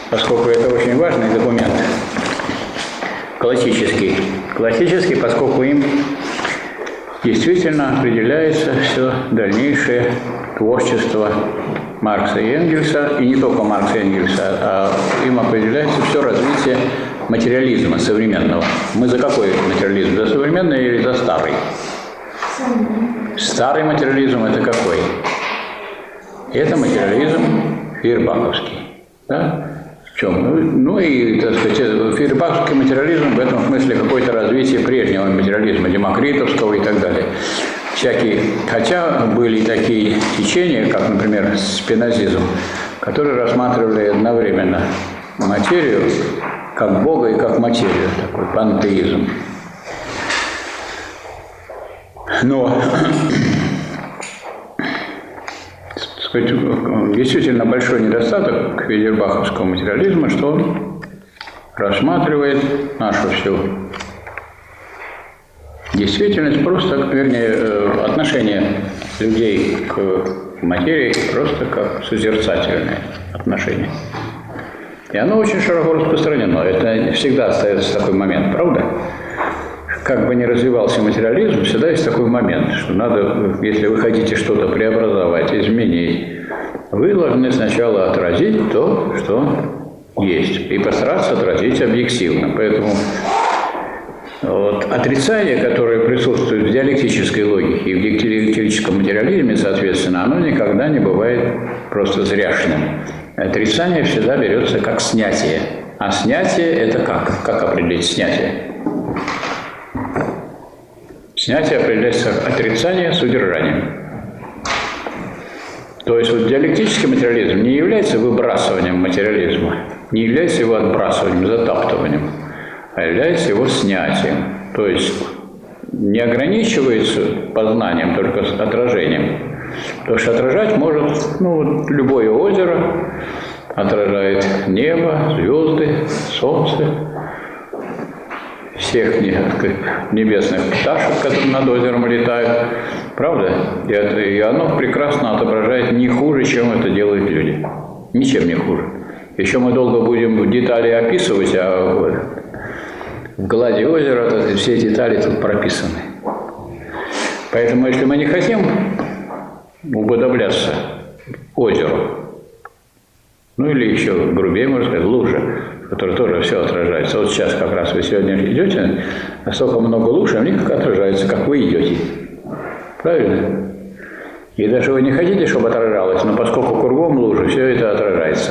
поскольку это очень важный документ, классический. Классический, поскольку им действительно определяется все дальнейшее творчество Маркса и Энгельса, и не только Маркса и Энгельса, а им определяется все развитие материализма современного. Мы за какой материализм? За современный или за старый? Старый материализм – это какой? Это материализм фейербаховский. Да? В чем? Ну и, так сказать, фейербаховский материализм в этом смысле какое-то развитие прежнего материализма, демокритовского и так далее. Всякие, хотя были такие течения, как, например, спинозизм, которые рассматривали одновременно материю как Бога и как материю, такой пантеизм. Но действительно большой недостаток фейербаховского материализма, что он рассматривает нашу всю действительность просто, вернее, отношение людей к материи просто как созерцательное отношение. И оно очень широко распространено. Это всегда остается такой момент, правда? Как бы ни развивался материализм, всегда есть такой момент, что надо, если вы хотите что-то преобразовать, изменить, вы должны сначала отразить то, что есть, и постараться отразить объективно. Поэтому вот отрицание, которое присутствует в диалектической логике и в диалектическом материализме, соответственно, оно никогда не бывает просто зряшным. Отрицание всегда берется как снятие. А снятие – это как? Как определить снятие? Снятие определяется как отрицание с удержанием. То есть вот диалектический материализм не является выбрасыванием материализма, не является его отбрасыванием, затаптыванием, а является его снятием. То есть не ограничивается познанием, только с отражением. Потому что отражать может любое озеро, отражает небо, звезды, солнце, всех небесных пташек, которые над озером летают. Правда? И оно прекрасно отображает не хуже, чем это делают люди. Ничем не хуже. Еще мы долго будем детали описывать, а в глади озера все детали тут прописаны. Поэтому, если мы не хотим уподобляться озеру, ну или еще грубее, можно сказать, луже, в которой тоже все отражается. Вот сейчас как раз вы сегодня идете, настолько много луж, а в них отражается, как вы идете. Правильно? И даже вы не хотите, чтобы отражалось, но поскольку кругом лужи, все это отражается.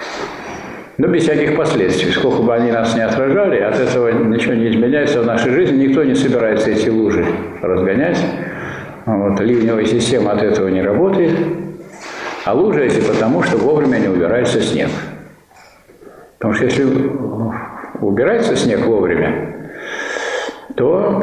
Но без всяких последствий. Сколько бы они нас не отражали, от этого ничего не изменяется в нашей жизни. Никто не собирается эти лужи разгонять. Вот, ливневая система от этого не работает. А лужи эти потому, что вовремя не убирается снег. Потому что если убирается снег вовремя, то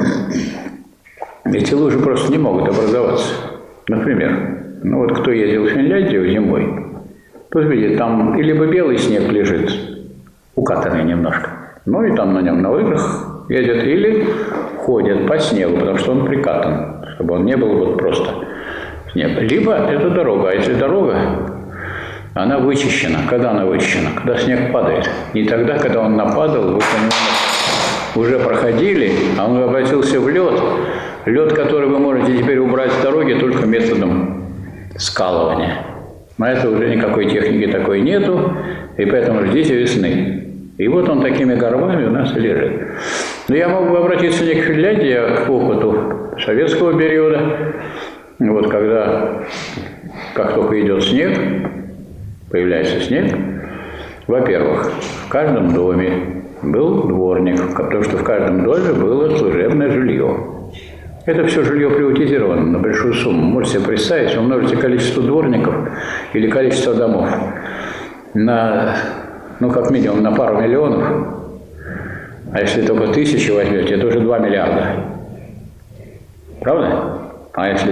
эти лужи просто не могут образоваться. Например, вот кто ездил в Финляндию зимой, тот видит, там либо белый снег лежит, укатанный немножко, ну и там на нем на лыжах едет, или ходят по снегу, потому что он прикатан, чтобы он не был вот просто снег. Либо это дорога, а если дорога, она вычищена. Когда она вычищена? Когда снег падает. Не тогда, когда он нападал, вы по нему уже проходили, а он обратился в лед. Лед, который вы можете теперь убрать с дороги только методом скалывания. На это уже никакой техники такой нету, и поэтому ждите весны. И вот он такими горбами у нас лежит. Но я мог бы обратиться не к Финляндии, а к опыту советского периода. Вот когда, как только идет снег, появляется снег, во-первых, в каждом доме был дворник, потому что в каждом доме было служебное жилье. Это все жилье приватизировано на большую сумму. Можете себе представить, умножите количество дворников или количество домов на, как минимум, на пару миллионов. А если только 1000 возьмете, это уже 2 миллиарда. Правда? А если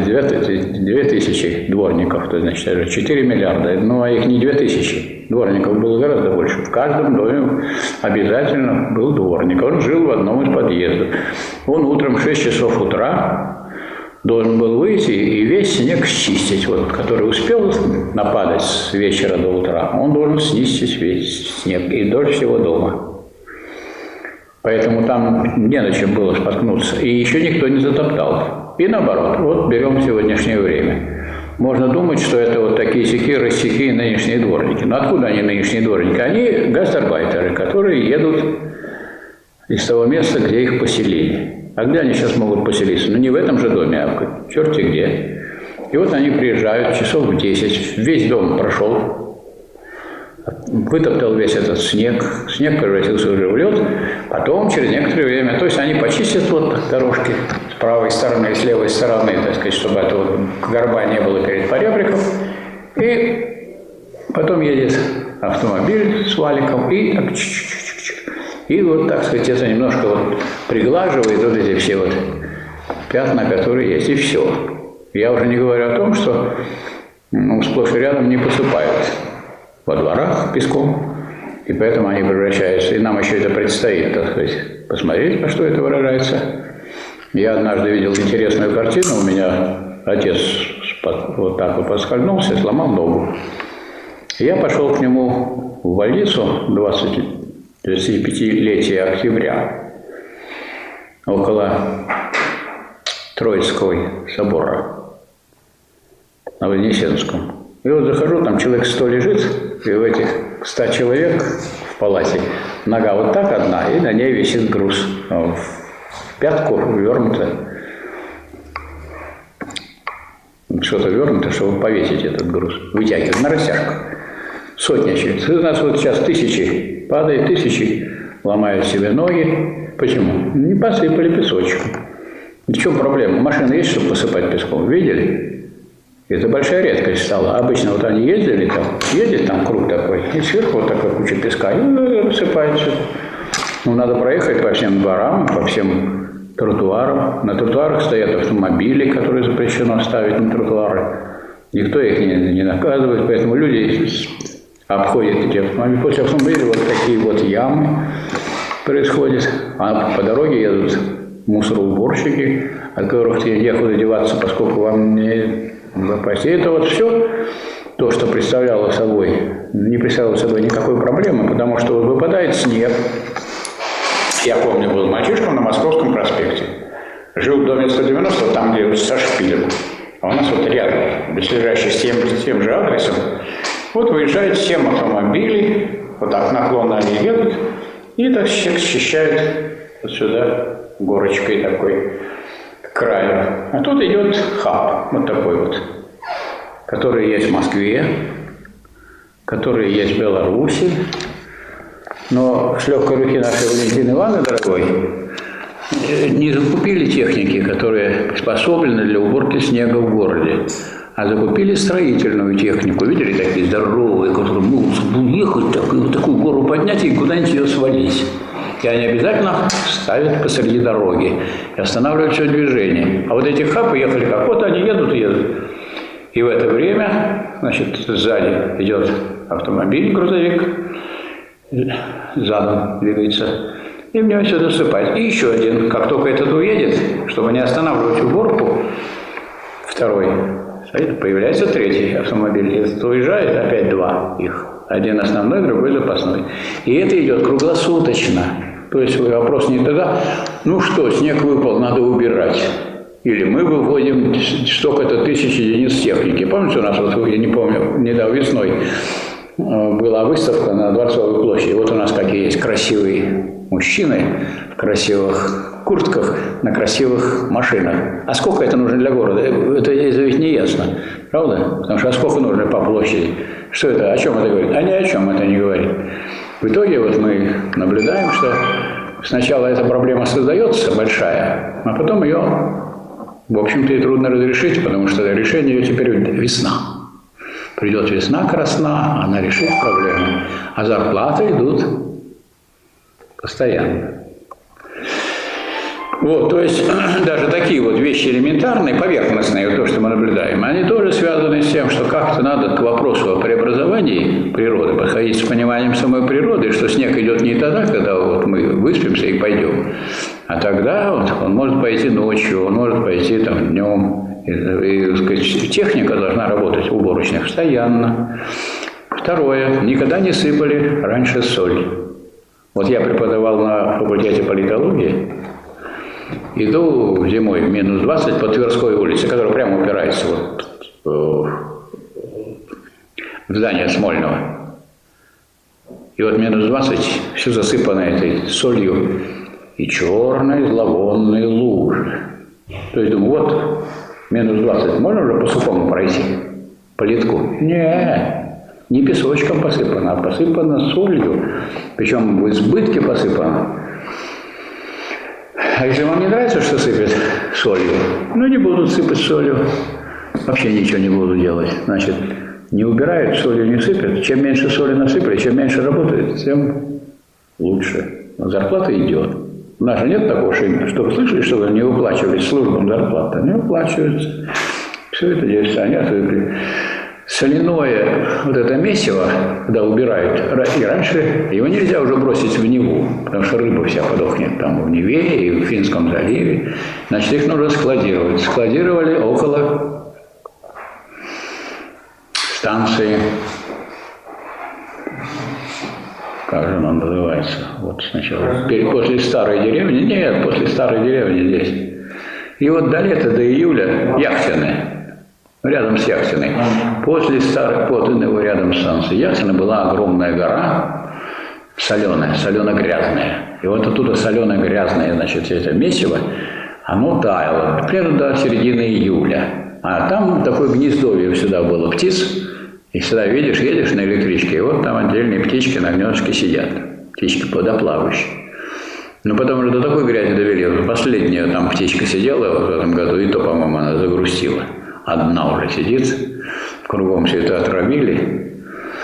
2000 дворников, то значит это 4 миллиарда. Ну, а их не 2000. Дворников было гораздо больше. В каждом доме обязательно был дворник. Он жил в одном из подъездов. Он утром в 6 часов утра должен был выйти и весь снег счистить. Вот, который успел нападать с вечера до утра, он должен снистить весь снег и дольше всего дома. Поэтому там не на чем было споткнуться. И еще никто не затоптал. И наоборот, вот берем сегодняшнее время. Можно думать, что это вот такие-сяки, рассеки нынешние дворники. Но откуда они нынешние дворники? Они гастарбайтеры, которые едут из того места, где их поселили. А где они сейчас могут поселиться? Ну, не в этом же доме, а в черте где. И вот они приезжают часов в 10, весь дом прошел, вытоптал весь этот снег превратился уже в лед, потом через некоторое время, то есть они почистят вот дорожки с правой стороны и с левой стороны, так сказать, чтобы это вот горба не было перед поребриком, и потом едет автомобиль с валиком и так и вот, так сказать, это немножко вот приглаживает вот эти все вот пятна, которые есть, и все. Я уже не говорю о том, что сплошь и рядом не посыпают во дворах песком, и поэтому они превращаются. И нам еще это предстоит, так сказать, посмотреть, на что это выражается. Я однажды видел интересную картину, у меня отец вот так вот поскользнулся, сломал ногу. Я пошел к нему в больницу 25-летия октября, около Троицкого собора на Вознесенском. И вот захожу, там человек 100 лежит, и у этих 100 человек в палате нога вот так одна, и на ней висит груз. В пятку вернуто, что-то вернуто, чтобы повесить этот груз, вытягивать на растяжку. Сотня человек. У нас вот сейчас тысячи падает, тысячи ломают себе ноги. Почему? Не посыпали песочком. В чем проблема? Машина есть, чтобы посыпать песком? Видели? Это большая редкость стала. Обычно вот они ездили, там, едет там круг такой, и сверху вот такая куча песка, и посыпается. Ну, надо проехать по всем дворам, по всем тротуарам. На тротуарах стоят автомобили, которые запрещено ставить на тротуары. Никто их не наказывает, поэтому люди обходят эти автомобили. После автомобиля вот такие вот ямы происходят, а по дороге едут мусороуборщики, от которых некуда деваться, поскольку вам не запасть. И это вот все то, что представляло собой, не представляло собой никакой проблемы, потому что вот выпадает снег. Я помню, был мальчишком на Московском проспекте. Жил в доме 190, там, где со шпилем. А у нас вот рядом, близлежащий с тем же адресом, вот выезжает 7 автомобилей, вот так наклонно они едут, и так счищают вот сюда горочкой такой к краю. А тут идет хаб, вот такой вот, который есть в Москве, который есть в Беларуси. Но с легкой руки нашей Валентины Ивановны, дорогой, не закупили техники, которые способны для уборки снега в городе, а закупили строительную технику. Видели, такие здоровые, которые могут ехать, такую гору поднять и куда-нибудь ее свалить. И они обязательно ставят посреди дороги и останавливают все движение. А вот эти хапы ехали как вот они едут и едут. И в это время, значит, сзади идет автомобиль, грузовик, задом двигается, и в него все засыпает. И еще один, как только этот уедет, чтобы не останавливать уборку, второй, появляется третий автомобиль. Этот уезжает, опять 2 их. Один основной, другой запасной. И это идет круглосуточно. То есть вопрос не тогда, ну что, снег выпал, надо убирать. Или мы выводим столько-то тысяч единиц техники. Помните, у нас, вот, я не помню, недавно весной была выставка на Дворцовой площади. Вот у нас какие есть красивые мужчины в красивых куртках на красивых машинах. А сколько это нужно для города? Это ведь не ясно. Правда? Потому что а сколько нужно по площади? Что это? О чем это говорит? А ни о чем это не говорит. В итоге вот мы наблюдаем, что сначала эта проблема создается большая, а потом ее, в общем-то, и трудно разрешить, потому что решение ее теперь весна. Придет весна, красна, она решит проблему. А зарплаты идут постоянно. Вот, то есть даже такие вот вещи элементарные, поверхностные, то, что мы наблюдаем, они тоже связаны с тем, что как-то надо к вопросу о преобразовании природы подходить с пониманием самой природы, что снег идет не тогда, когда вот мы выспимся и пойдем, А тогда вот, он может пойти ночью, он может пойти там днем. И, сказать, техника должна работать уборочных постоянно. Второе. Никогда не сыпали раньше соль. Вот я преподавал на факультете политологии. Иду зимой в минус 20 по Тверской улице, которая прямо упирается вот в здание Смольного. И вот минус 20, все засыпано этой солью и черной зловонной лужи. То есть думаю, вот минус 20, можно уже по сухому пройти? По литку? Не песочком посыпано, а посыпано солью. Причем в избытке посыпано. А если вам не нравится, что сыпят солью, ну не будут сыпать солью. Вообще ничего не будут делать. Значит, не убирают, солью не сыпят. Чем меньше соли насыпали, чем меньше работает, тем лучше. Зарплата идет. У нас же нет такого, что вы слышали, что вы не выплачивались службам зарплаты. Не выплачиваются. Все это действует. Они отвыкли. Соляное вот это месиво, когда убирают, и раньше его нельзя уже бросить в Неву, потому что рыба вся подохнет там в Неве и в Финском заливе. Значит, их нужно складировать. Складировали около станции, как же она называется, вот сначала, после старой деревни, нет, после старой деревни здесь. И вот до лета, до июля Яхтины. Рядом с Яхтиной. После старых Потынова рядом с станцией Яхтина была огромная гора, соленая, солено-грязная. И вот оттуда солено-грязное, значит, это месиво, оно таяло примерно до середины июля. А там такое гнездовье всегда было птиц. И всегда видишь, едешь на электричке, и вот там отдельные птички на гнездышке сидят. Птички плодоплавающие. Но потом уже до такой грязи довели. Последняя там птичка сидела в этом году, и то, по-моему, она загрустила. Одна уже сидит, кругом все это отравили.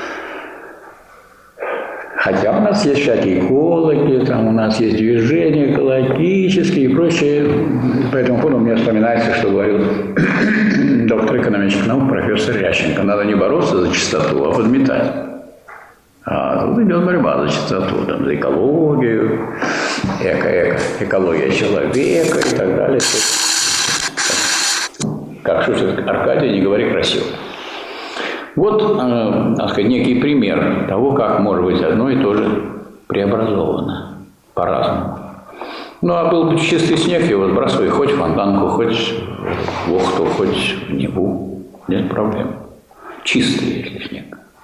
Хотя у нас есть всякие экологи, там у нас есть движения экологические и прочее. По этому поводу мне вспоминается, что говорил доктор экономических наук профессор Рященко. Надо не бороться за чистоту, а подметать. А тут идет борьба за чистоту, там, за экологию, экология человека и так далее. Как шутит Аркадий, не говори красиво. Вот, так сказать, некий пример того, как может быть одно и то же преобразовано по-разному. Ну, а был бы чистый снег, его сбрасывай хоть в фонтанку, хоть в Охту, хоть в Неву. Нет проблем. Чистый, если снег.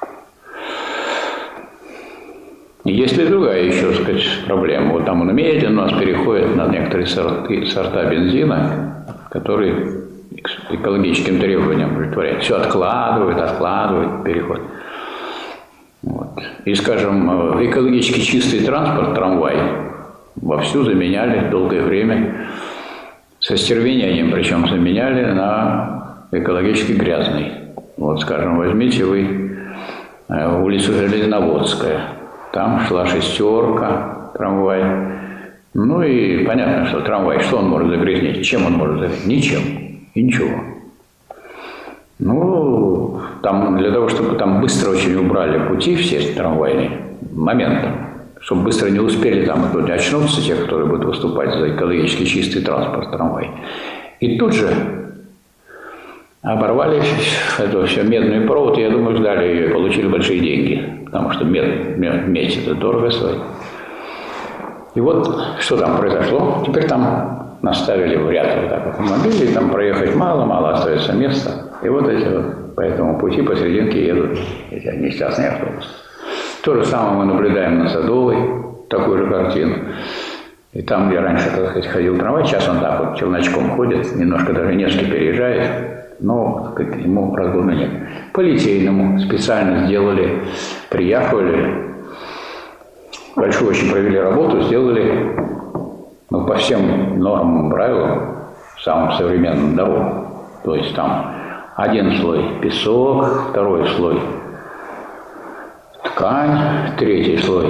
И есть ли другая еще, так сказать, проблема? Вот там он медленно у нас переходит на некоторые сорта бензина, которые экологическим требованиям удовлетворяет. Все откладывает переход. Вот. И, скажем, экологически чистый транспорт, трамвай, вовсю заменяли долгое время, со стервенением причем заменяли на экологически грязный. Вот, скажем, возьмите вы улицу Железноводская, там шла шестерка, трамвай. Ну и понятно, что трамвай, что он может загрязнить? Чем он может загрязнить? Ничем. И ничего. Ну, там для того, чтобы там быстро очень убрали пути все трамвайные, моментом, чтобы быстро не успели там очнуться те, которые будут выступать за экологически чистый транспорт, трамвай. И тут же оборвали это все, медный провод, и, я думаю, ждали ее и получили большие деньги, потому что медь это дорого стоит. И вот что там произошло. Теперь там наставили в ряд вот так автомобилей, там проехать мало остается места. И вот эти вот по этому пути посерединке едут эти несчастные автобусы. То же самое мы наблюдаем на Садовой, такую же картину. И там, где раньше, так сказать, ходил трамвай, сейчас он так вот челночком ходит, немножко даже Невский переезжает, но, так сказать, ему разгона нет. По Литейному специально сделали, приехали, большую очень провели работу, сделали, ну, по всем нормам, правилам, самым современным дорогам. То есть там один слой песок, второй слой ткань, третий слой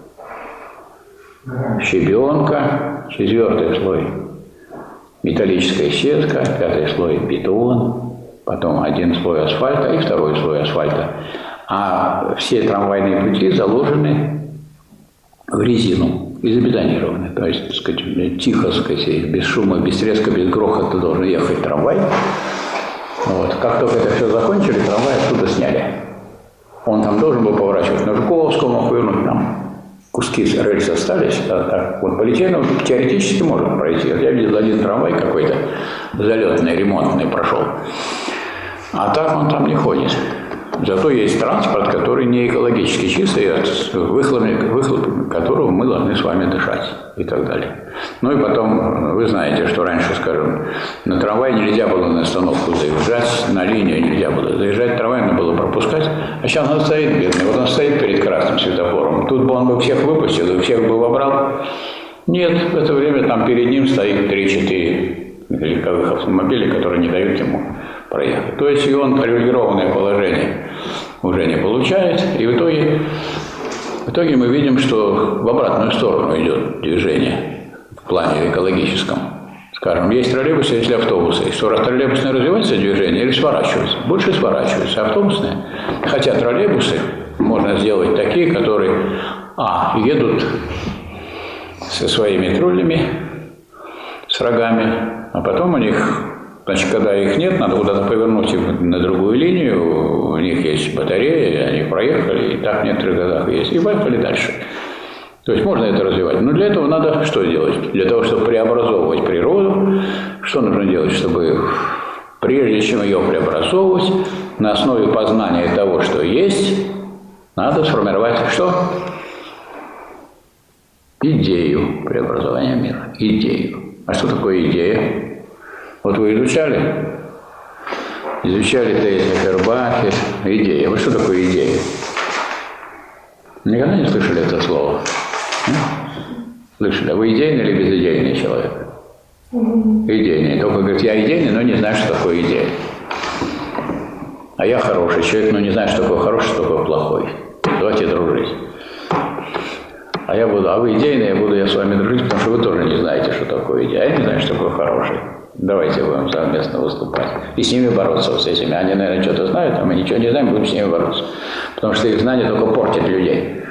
щебенка, четвертый слой металлическая сетка, пятый слой бетон, потом один слой асфальта и второй слой асфальта. А все трамвайные пути заложены в резину. и забетонированы. То есть, так сказать, тихо, так сказать, без шума, без треска, без грохота должен ехать трамвай. Вот. Как только это все закончили, трамвай оттуда сняли. Он там должен был поворачивать на Жуковского, мог повернуть, там куски рельс остались. А так вот по Литейному теоретически можно пройти. Я видел один трамвай какой-то залетный, ремонтный прошел. А так он там не ходит. Зато есть транспорт, который не экологически чистый, выхлоп которого мы должны с вами дышать и так далее. Ну и потом, вы знаете, что раньше, скажем, на трамвай нельзя было на остановку заезжать, на линию нельзя было заезжать, трамвай надо было пропускать, а сейчас он стоит бедный, вот он стоит перед красным светофором. Тут бы он бы всех выпустил и всех бы вобрал. Нет, в это время там перед ним стоит 3-4 легковых автомобилей, которые не дают ему проехать. То есть и он привилегированное положение уже не получает, и в итоге мы видим, что в обратную сторону идет движение в плане экологическом. Скажем, есть троллейбусы, есть автобусы. И что, раз троллейбусные развивается движение или сворачиваются? Больше сворачиваются, автобусные. Хотя троллейбусы можно сделать такие, которые едут со своими троллями, с рогами, а потом у них, значит, когда их нет, надо куда-то повернуть их на другую линию, у них есть батареи, они проехали, и так в некоторых годах есть, и поехали дальше. То есть можно это развивать. Но для этого надо что делать? Для того, чтобы преобразовывать природу, что нужно делать, чтобы прежде чем ее преобразовывать, на основе познания того, что есть, надо сформировать что? Идею преобразования мира. Идею. А что такое идея? Вот вы изучали Фейербахер, идея. Вот что такое идея? Никогда не слышали это слово? Слышали? А вы идейный или безидейный человек? Идейный. Только говорит, я идейный, но не знаю, что такое идея. А я хороший человек, но не знаю, что такое хороший, что такое плохой. Давайте дружить. А вы идейные, я с вами дружить, потому что вы тоже не знаете, что такое идея. А я не знаю, что такое хороший. Давайте будем совместно выступать. И с ними бороться, вот с этими. Они, наверное, что-то знают, а мы ничего не знаем, будем с ними бороться. Потому что их знания только портят людей.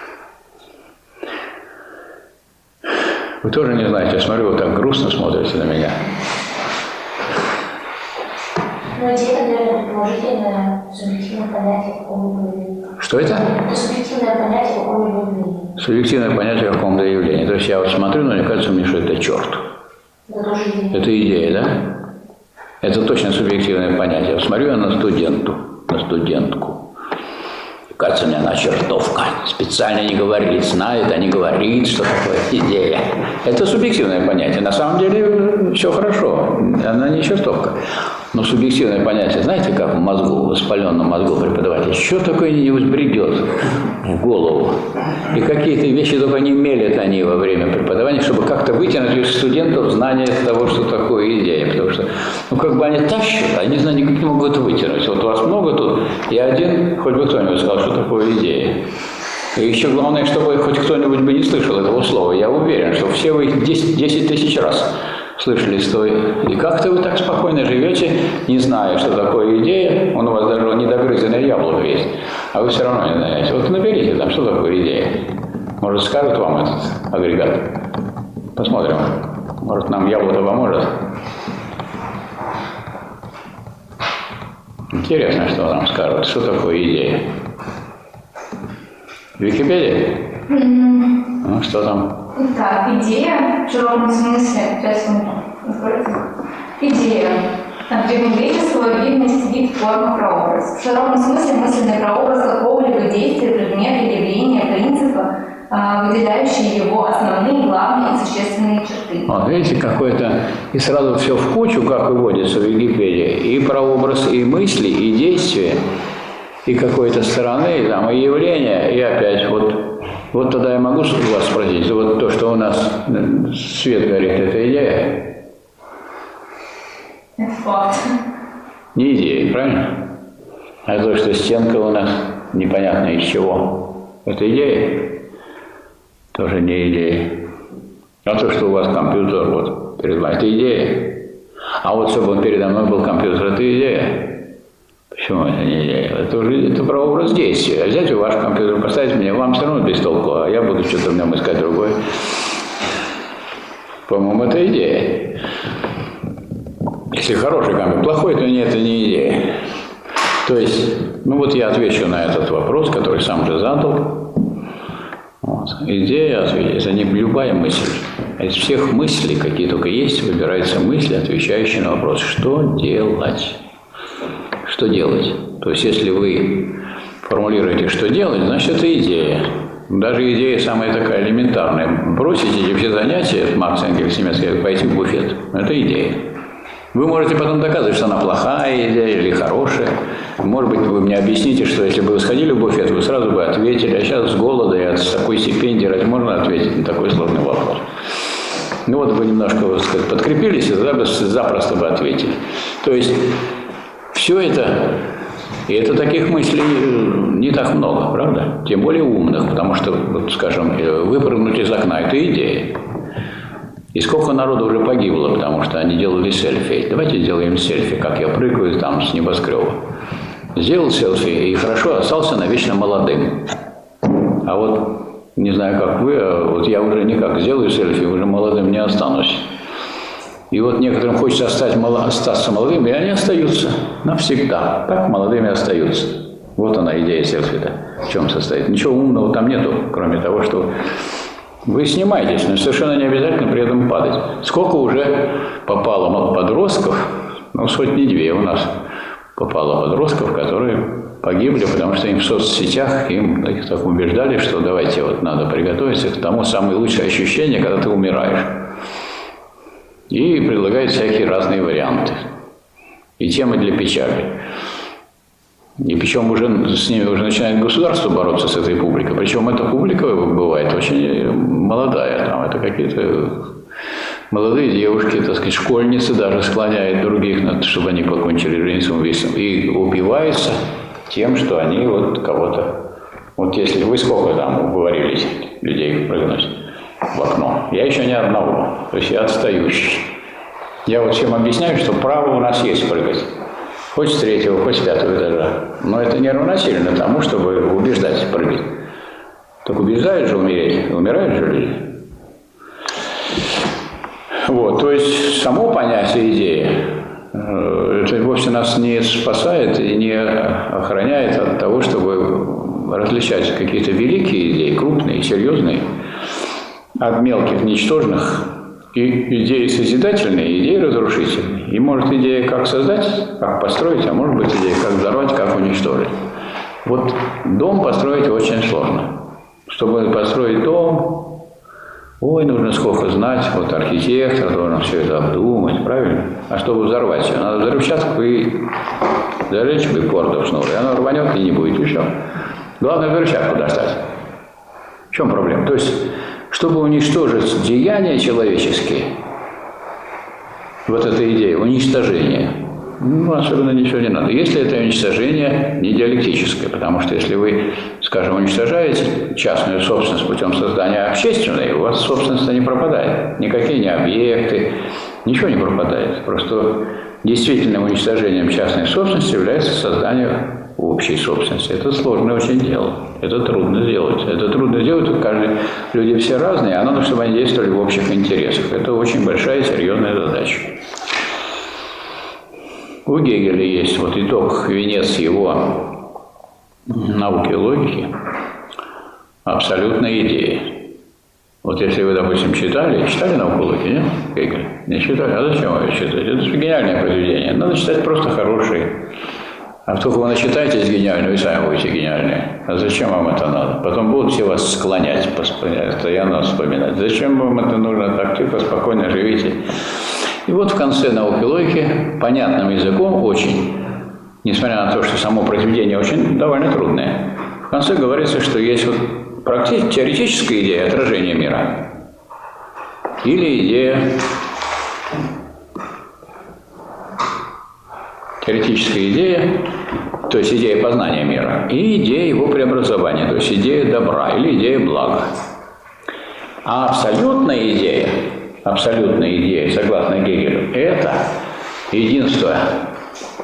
Вы тоже не знаете, я смотрю, вы так грустно смотрите на меня. Ну, идея, наверное, положительное, субъективное понятие какого-либо явления. Что это? Это субъективное понятие какого-либо явления. Субъективное понятие какого-то явления. То есть я вот смотрю, но мне кажется, что это черт. Это идея, да? Это точно субъективное понятие. Я смотрю я на студентку. Кажется, мне она чертовка. Специально не говорит, знает, а не говорит, что такое идея. Это субъективное понятие. На самом деле все хорошо. Она не чертовка. Но субъективное понятие, знаете, как в мозгу, в воспаленном мозгу преподавателя, что такое не взбредет в голову. И какие-то вещи только не мелят они во время преподавания, чтобы как-то вытянуть из студентов знание того, что такое идея. Потому что, как бы они тащат, они никак не могут вытянуть. Вот у вас много тут, и один, хоть бы кто-нибудь сказал, что такое идея. И еще главное, чтобы хоть кто-нибудь бы не слышал этого слова. Я уверен, что все вы их 10 тысяч раз слышали, что и как-то вы так спокойно живете, не зная, что такое идея, он у вас даже недогрызенное яблоко есть, а вы все равно не знаете. Вот наберите там, что такое идея. Может, скажет вам этот агрегат. Посмотрим. Может, нам яблоко поможет. Интересно, что нам скажут. Что такое идея? Википедия? Ну, что там? Так, идея в широком смысле, сейчас идея. От древнегреческого видность, вид, форма, прообраз. В широком смысле мысленный прообраз какого-либо действия, предмета, явления, принципа, выделяющие его основные, главные и существенные черты. Вот видите, какой-то... И сразу все в кучу, как выводится в Википедии. И прообраз, и мысли, и действия, и какой-то стороны, там, и явления, и опять вот тогда я могу вас спросить, вот то, что у нас свет горит, это идея? Это факт. Не идея, правильно? А то, что стенка у нас непонятно из чего, это идея? Тоже не идея. А то, что у вас компьютер вот перед вами, это идея? А вот чтобы он передо мной был компьютер, это идея? Почему это не идея? Это прообраз действия. А взять ваш компьютер, поставить мне, вам все равно без толку, а я буду что-то в нем искать другое. По-моему, это идея. Если хороший компьютер, плохой, то нет, это не идея. То есть, ну вот я отвечу на этот вопрос, который сам же задал. Вот. Идея, это не любая мысль. Из всех мыслей, какие только есть, выбирается мысль, отвечающая на вопрос, что делать. Что делать? То есть, если вы формулируете, что делать, значит, это идея. Даже идея самая такая элементарная. Бросить эти все занятия, это Маркс, Энгельс, немецкий, пойти в буфет. Это идея. Вы можете потом доказывать, что она плохая идея или хорошая. Может быть, вы мне объясните, что если бы вы сходили в буфет, вы сразу бы ответили, а сейчас с голода и от такой стипендии разве можно ответить на такой сложный вопрос? Ну вот вы немножко, так сказать, подкрепились, и тогда бы запросто бы ответили. То есть все это, и это таких мыслей не так много, правда? Тем более умных, потому что, вот, скажем, выпрыгнуть из окна – это идея. И сколько народу уже погибло, потому что они делали селфи. Давайте сделаем селфи, как я прыгаю там с небоскреба. Сделал селфи и хорошо остался навечно молодым. А вот, не знаю, как вы, а вот я уже никак сделаю селфи, уже молодым не останусь. И вот некоторым хочется остаться молодым, и они остаются навсегда. Так молодыми остаются. Вот она идея селфи-то. В чем состоит? Ничего умного там нету, кроме того, что вы снимаетесь, но совершенно не обязательно при этом падать. Сколько уже попало подростков, ну, сотни-две у нас попало подростков, которые погибли, потому что им в соцсетях, им так убеждали, что давайте вот надо приготовиться к тому самое лучшее ощущение, когда ты умираешь. И предлагают всякие разные варианты. И темы для печали. И причем уже с ними уже начинает государство бороться с этой публикой. Причем эта публика бывает очень молодая. Там это какие-то молодые девушки, так сказать, школьницы даже склоняют других, чтобы они покончили жизнь самоубийством. И убиваются тем, что они вот кого-то... Вот если вы сколько там уговорились людей прыгнуть в окно, я еще ни одного. То есть я отстающий. Я вот всем объясняю, что право у нас есть прыгать. Хоть с 3-го, хоть с 5-го этажа. Но это не равносильно тому, чтобы убеждать прыгать. Так убеждают же умереть, умирают же люди. Вот, то есть само понятие идеи, это вовсе нас не спасает и не охраняет от того, чтобы различать какие-то великие идеи, крупные, серьезные, от мелких, ничтожных. И идеи созидательные, и идеи разрушительные. И может идея как создать, как построить, а может быть идея как взорвать, как уничтожить. Вот дом построить очень сложно. Чтобы построить дом, ой, нужно сколько знать, вот архитектор должен все это обдумать, правильно? А чтобы взорвать ее, надо взрывчатку и зажечь бы кордов шнур, и оно рванет и не будет еще. Главное взрывчатку достать. В чем проблема? То есть, чтобы уничтожить деяния человеческие, вот эта идея уничтожения, ну, особенно ничего не надо. Если это уничтожение не диалектическое, потому что если вы, скажем, уничтожаете частную собственность путем создания общественной, у вас собственность не пропадает. Никакие не объекты, ничего не пропадает. Просто действительным уничтожением частной собственности является создание общей собственности. Это сложное очень дело. Это трудно сделать. Это трудно сделать, люди все разные, а надо, чтобы они действовали в общих интересах. Это очень большая и серьезная задача. У Гегеля есть вот итог, венец его науки и логики, абсолютная идея. Вот если вы, допустим, читали науку и логики, нет? Гегеля? Не читали? А зачем вы читать? Это же гениальное произведение. Надо читать просто хорошие. А только вы начитаетесь гениально, вы сами будете гениальные. А зачем вам это надо? Потом будут все вас склонять, постоянно вспоминать. Зачем вам это нужно? Так тихо, спокойно живите. И вот в конце науки и логики, понятным языком очень, несмотря на то, что само произведение очень довольно трудное, в конце говорится, что есть вот теоретическая идея отражения мира или идея теоретическая идея, то есть идея познания мира, и идея его преобразования, то есть идея добра или идея блага. А абсолютная идея, согласно Гегелю, это единство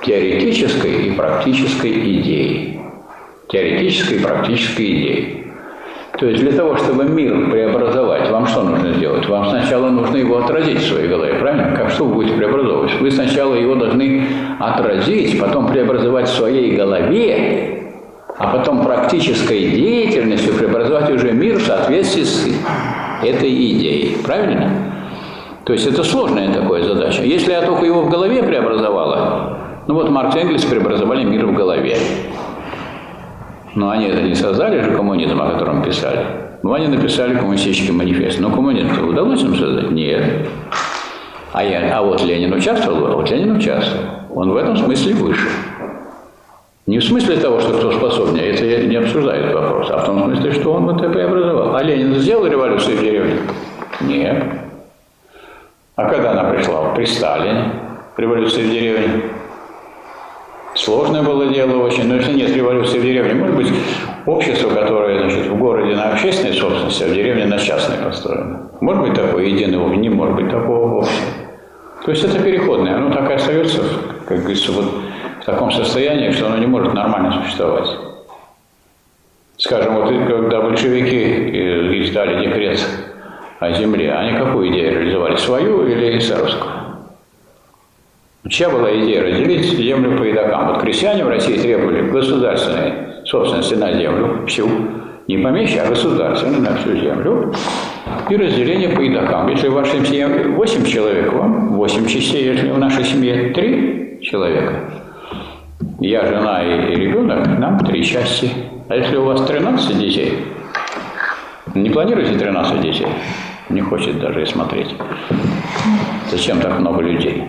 теоретической и практической идеи. Теоретической и практической идеи. То есть для того, чтобы мир преобразовать, вам что нужно сделать? Вам сначала нужно его отразить в своей голове, правильно? Как что вы будете преобразовывать? Вы сначала его должны отразить, потом преобразовать в своей голове, а потом практической деятельностью преобразовать уже мир в соответствии с этой идеей. Правильно? То есть это сложная такая задача. Если я только его в голове преобразовала, ну вот Маркс и Энгельс преобразовали мир в голове. Но они это не создали же коммунизм, о котором писали. Ну, они написали коммунистический манифест. Но коммунизм-то удалось им создать? Нет. А вот Ленин участвовал? Вот Ленин участвовал. Он в этом смысле выше. Не в смысле того, что кто способнее, это не обсуждает вопрос, а в том смысле, что он вот это преобразовал. А Ленин сделал революцию в деревне? Нет. А когда она пришла? При Сталине. Революция в деревне. Сложное было дело очень, но если нет революции в деревне, может быть, общество, которое, значит, в городе на общественной собственности, а в деревне на частной построено. Может быть такое единое, не может быть такого вовсе. То есть это переходное, оно так и остается, как говорится, вот в таком состоянии, что оно не может нормально существовать. Скажем, вот когда большевики издали декрет о земле, они какую идею реализовали, свою или эсеровскую? Чья была идея разделить землю по едокам? Вот крестьяне в России требовали государственной собственности на землю, всю, не помещичья, а государственную на всю землю, и разделение по едокам. Если в вашей семье 8 человек, вам 8 частей, если в нашей семье 3 человека, я, жена и ребенок, нам 3 части. А если у вас 13 детей, не планируете 13 детей? Не хочет даже и смотреть. Зачем так много людей?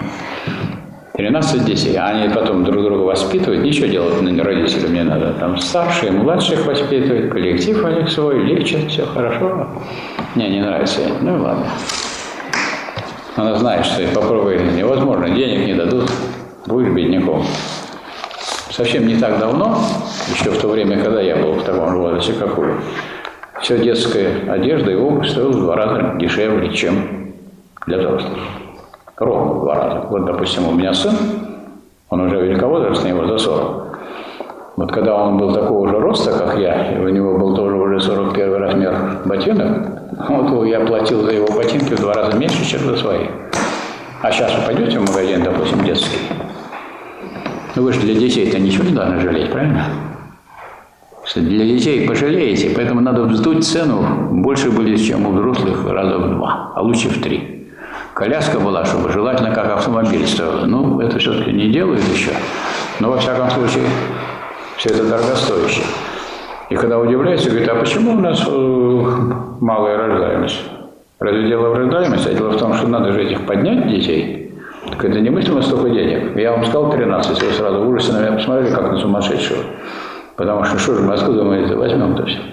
13 детей, а они потом друг друга воспитывают, ничего делать родителям не надо. Там старшие, младших воспитывают, коллектив у них свой, лечат, все хорошо. Мне не нравится. Ну ладно. Она знает, что попробуй, невозможно, денег не дадут, будешь бедняком. Совсем не так давно, еще в то время, когда я был в таком же возрасте, как вы, все детская одежда и обувь стоила в 2 раза дешевле, чем для взрослых. Ровно в 2 раза. Вот, допустим, у меня сын, он уже великовозрастный, его за 40. Вот когда он был такого же роста, как я, и у него был тоже уже 41 размер ботинок, вот я платил за его ботинки в 2 раза меньше, чем за свои. А сейчас вы пойдете в магазин, допустим, детский, ну вы же для детей-то ничего не должны жалеть, правильно? Что для детей пожалеете, поэтому надо вздуть цену, больше будет, чем у взрослых, раза в 2, а лучше в 3. Коляска была, чтобы желательно как автомобиль стоила. Ну, это все-таки не делают еще. Но, во всяком случае, все это дорогостоящее. И когда удивляются, говорят, а почему у нас малая рождаемость? Разве дело в рождаемости? А дело в том, что надо же этих поднять, детей. Так это немыслимо столько денег. Я вам сказал 13, вы сразу в ужасе на меня посмотрели, как на сумасшедшего. Потому что что же мы, откуда мы это возьмем-то все?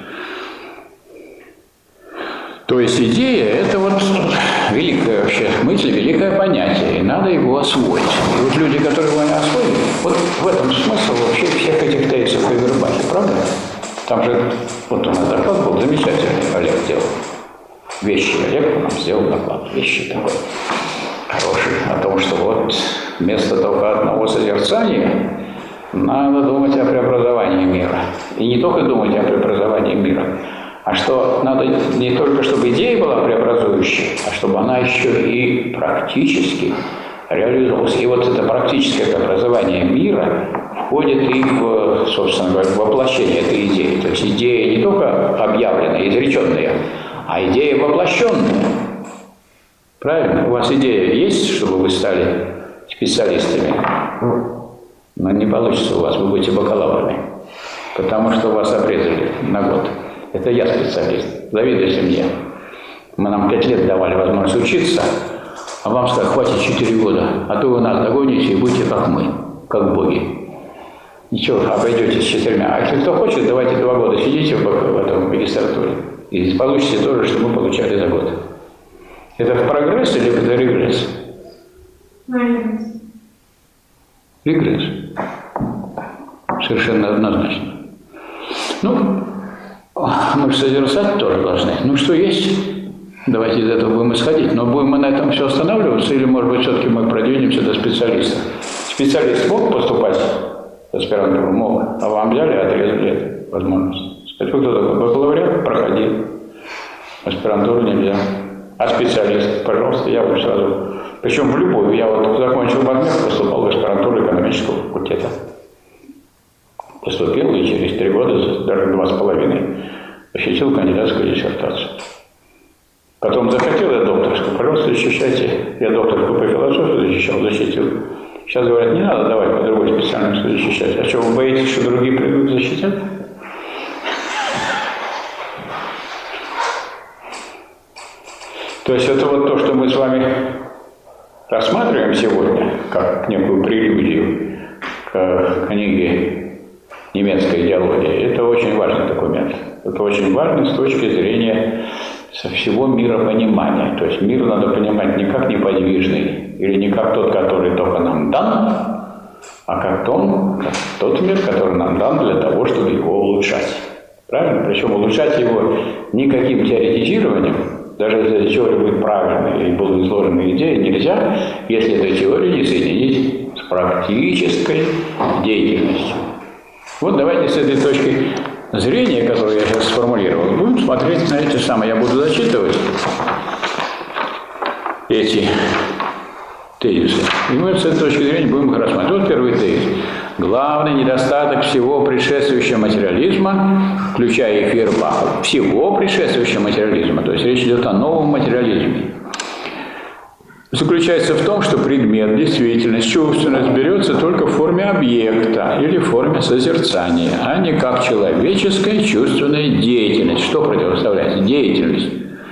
То есть идея – это вот великая вообще мысль, великое понятие, и надо его освоить. И вот люди, которые его не освоили, вот в этом смысл вообще всех этих тезисов и Вербахи, правда? Там же, вот у нас доклад был замечательный, Олег делал. Вещи Олег нам сделал доклад, вещи такой хороший, о том, что вот вместо только одного созерцания надо думать о преобразовании мира. И не только думать о преобразовании мира, а что надо не только, чтобы идея была преобразующей, а чтобы она еще и практически реализовалась. И вот это практическое преобразование мира входит и в, собственно говоря, в воплощение этой идеи. То есть идея не только объявленная, изреченная, а идея воплощенная. Правильно? У вас идея есть, чтобы вы стали специалистами? Но не получится у вас, вы будете бакалаврами. Потому что вас обрезали на год. Это я специалист. Завидуйте мне. Нам 5 лет давали возможность учиться, а вам сказали, хватит 4 года, а то вы нас догоните и будете как мы, как боги. Ничего, обойдетесь с 4. А если кто хочет, давайте 2 года сидите в этом магистратуре и получите то же, что мы получали за год. Это прогресс или это регресс? Регресс. Совершенно однозначно. Ну, мы же созерцать тоже должны. Ну, что есть, давайте из этого будем исходить. Но будем мы на этом все останавливаться, или, может быть, все-таки мы продвинемся до специалиста? Специалист мог поступать в аспирантуру? Мог. А вам взяли и отрезали эту возможность. Сказать, вы кто такой? Бакалавриат? Проходи. Аспирантуру нельзя. А специалист? Пожалуйста, я вот сразу. Причем в любую. Я вот закончил Бадмех, поступал в аспирантуру экономического факультета. Поступил и через 3 года, даже 2,5, защитил кандидатскую диссертацию. Потом захотел я докторскую, пожалуйста, защищайте. Я докторскую по философии защитил. Сейчас говорят, не надо давать по другой специальности защищать. А что, вы боитесь, что другие придут защитят? То есть это вот то, что мы с вами рассматриваем сегодня, как некую прелюдию к книге «Немецкая идеология». Это очень важный документ. Это очень важно с точки зрения со всего миропонимания. То есть мир надо понимать не как неподвижный, или не как тот, который только нам дан, а как тот мир, который нам дан для того, чтобы его улучшать. Правильно? Причем улучшать его никаким теоретизированием, даже если эта теория будет правильной и была изложена идея, нельзя, если эту теорию не соединить с практической деятельностью. Вот давайте с этой точки зрения, которую я сейчас сформулировал, будем смотреть на эти самые. Я буду зачитывать эти тезисы. И мы с этой точки зрения будем их рассматривать. Вот первый тезис. Главный недостаток всего предшествующего материализма, включая и Фейербаха, всего предшествующего материализма, то есть речь идет о новом материализме, заключается в том, что предмет, действительность, чувственность берется только в форме объекта или в форме созерцания, а не как человеческая чувственная деятельность. Что противопоставляется? Деятельность.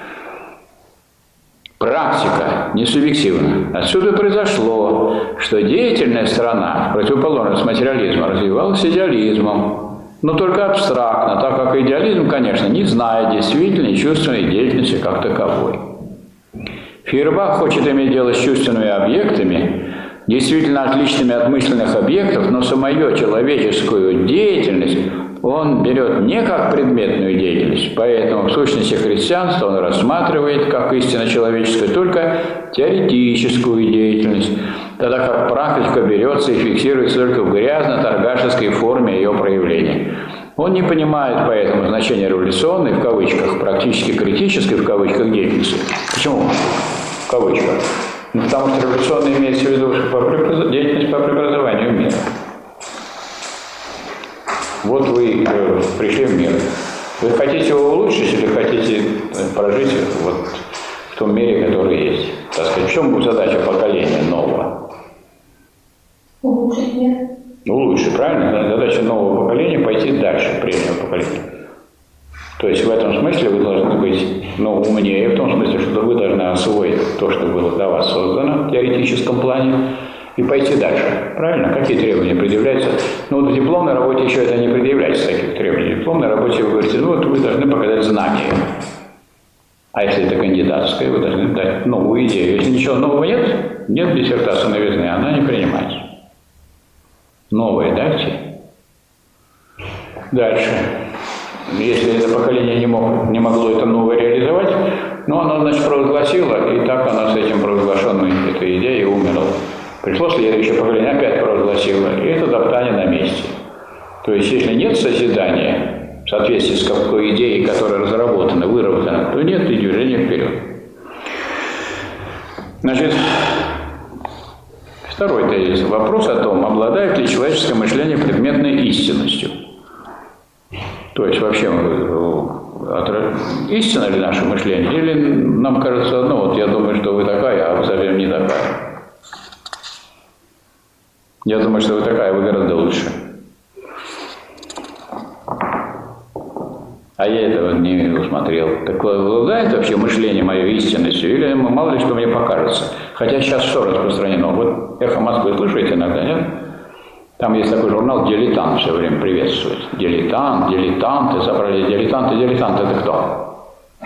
Практика не субъективна. Отсюда произошло, что деятельная сторона, противоположность материализма, развивалась идеализмом, но только абстрактно, так как идеализм, конечно, не знает действительной чувственной деятельности как таковой. Фейербах хочет иметь дело с чувственными объектами, действительно отличными от мысленных объектов, но самую человеческую деятельность он берет не как предметную деятельность, поэтому в сущности христианства он рассматривает как истинно человеческую только теоретическую деятельность, тогда как практика берется и фиксируется только в грязно-торгашеской форме ее проявления. Он не понимает поэтому значения революционной, в кавычках, практически критической, в кавычках, деятельности. Почему? В кавычках. Ну, потому что революционная имеется в виду деятельность по преобразованию мира. Вот вы пришли в мир. Вы хотите его улучшить или хотите прожить вот в том мире, который есть? Так сказать, в чем задача поколения нового? Улучшить мир. Улучшить, правильно? Задача нового поколения пойти дальше прежнего поколения. То есть в этом смысле вы должны быть умнее, в том смысле, что вы должны освоить то, что было для вас создано в теоретическом плане, и пойти дальше. Правильно? Какие требования предъявляются? В дипломной работе еще это не предъявляется, таких требований. В дипломной работе вы говорите, вы должны показать знания. А если это кандидатская, вы должны дать новую идею. Если ничего нового нет диссертации новизны, она не принимается. Новое дайте. Дальше. Если это поколение не могло это новое реализовать, оно, значит, провозгласило, и так оно с этим провозглашенной этой идеей умерло. Пришло следующее поколение, опять провозгласило, и это топтание на месте. То есть, если нет созидания, в соответствии с какой идеей, которая разработана, выработана, то нет и движения вперед. Значит, второй тезис. Вопрос о том, обладает ли человеческое мышление предметной истинностью. То есть, вообще, истинно ли наше мышление, или нам кажется, я думаю, что вы такая, а вы совсем не такая. Я думаю, что вы такая, вы гораздо лучше. А я этого не усмотрел. Так обладает вообще мышление мое истинностью, или мало ли что мне покажется. Хотя сейчас все распространено. Вот «Эхо Москвы» слышите иногда, нет? Там есть такой журнал «Дилетант», все время приветствует. Дилетанты, собрались дилетанты. Дилетант — это кто?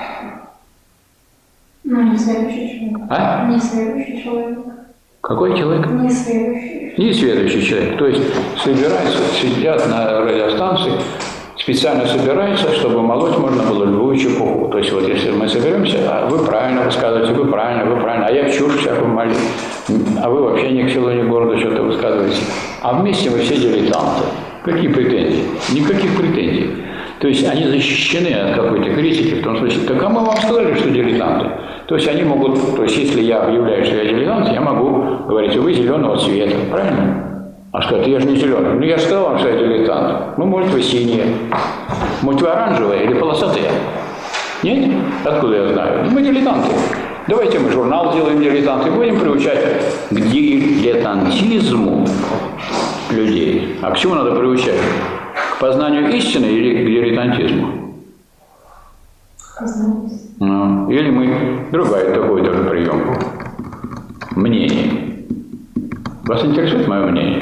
Не следующий человек. А? Не следующий человек. Какой человек? Не следующий. Не следующий человек. То есть собираются, сидят на радиостанции специально собирается, чтобы молоть можно было любую чепуху. То есть вот если мы соберемся, а вы правильно высказываете, вы правильно, а я чушь всякую молю, а вы вообще ни к селу, ни к городу что-то высказываете. А вместе мы все дилетанты. Какие претензии? Никаких претензий. То есть они защищены от какой-то критики, в том смысле, так а мы вам сказали, что дилетанты. То есть они могут, то есть если я объявляю, что я дилетант, я могу говорить, вы зеленого цвета, правильно? А сказать, я же не зеленый. Ну я сказал вам, что я дилетант. Ну, может, вы синие, может, вы оранжевые или полосатые. Нет? Откуда я знаю? Ну, мы дилетанты. Давайте мы журнал сделаем дилетанты и будем приучать к дилетантизму людей. А к чему надо приучать? К познанию истины или к дилетантизму? Ну, или мы... Другой такой тоже прием. Мнение. Вас интересует мое мнение?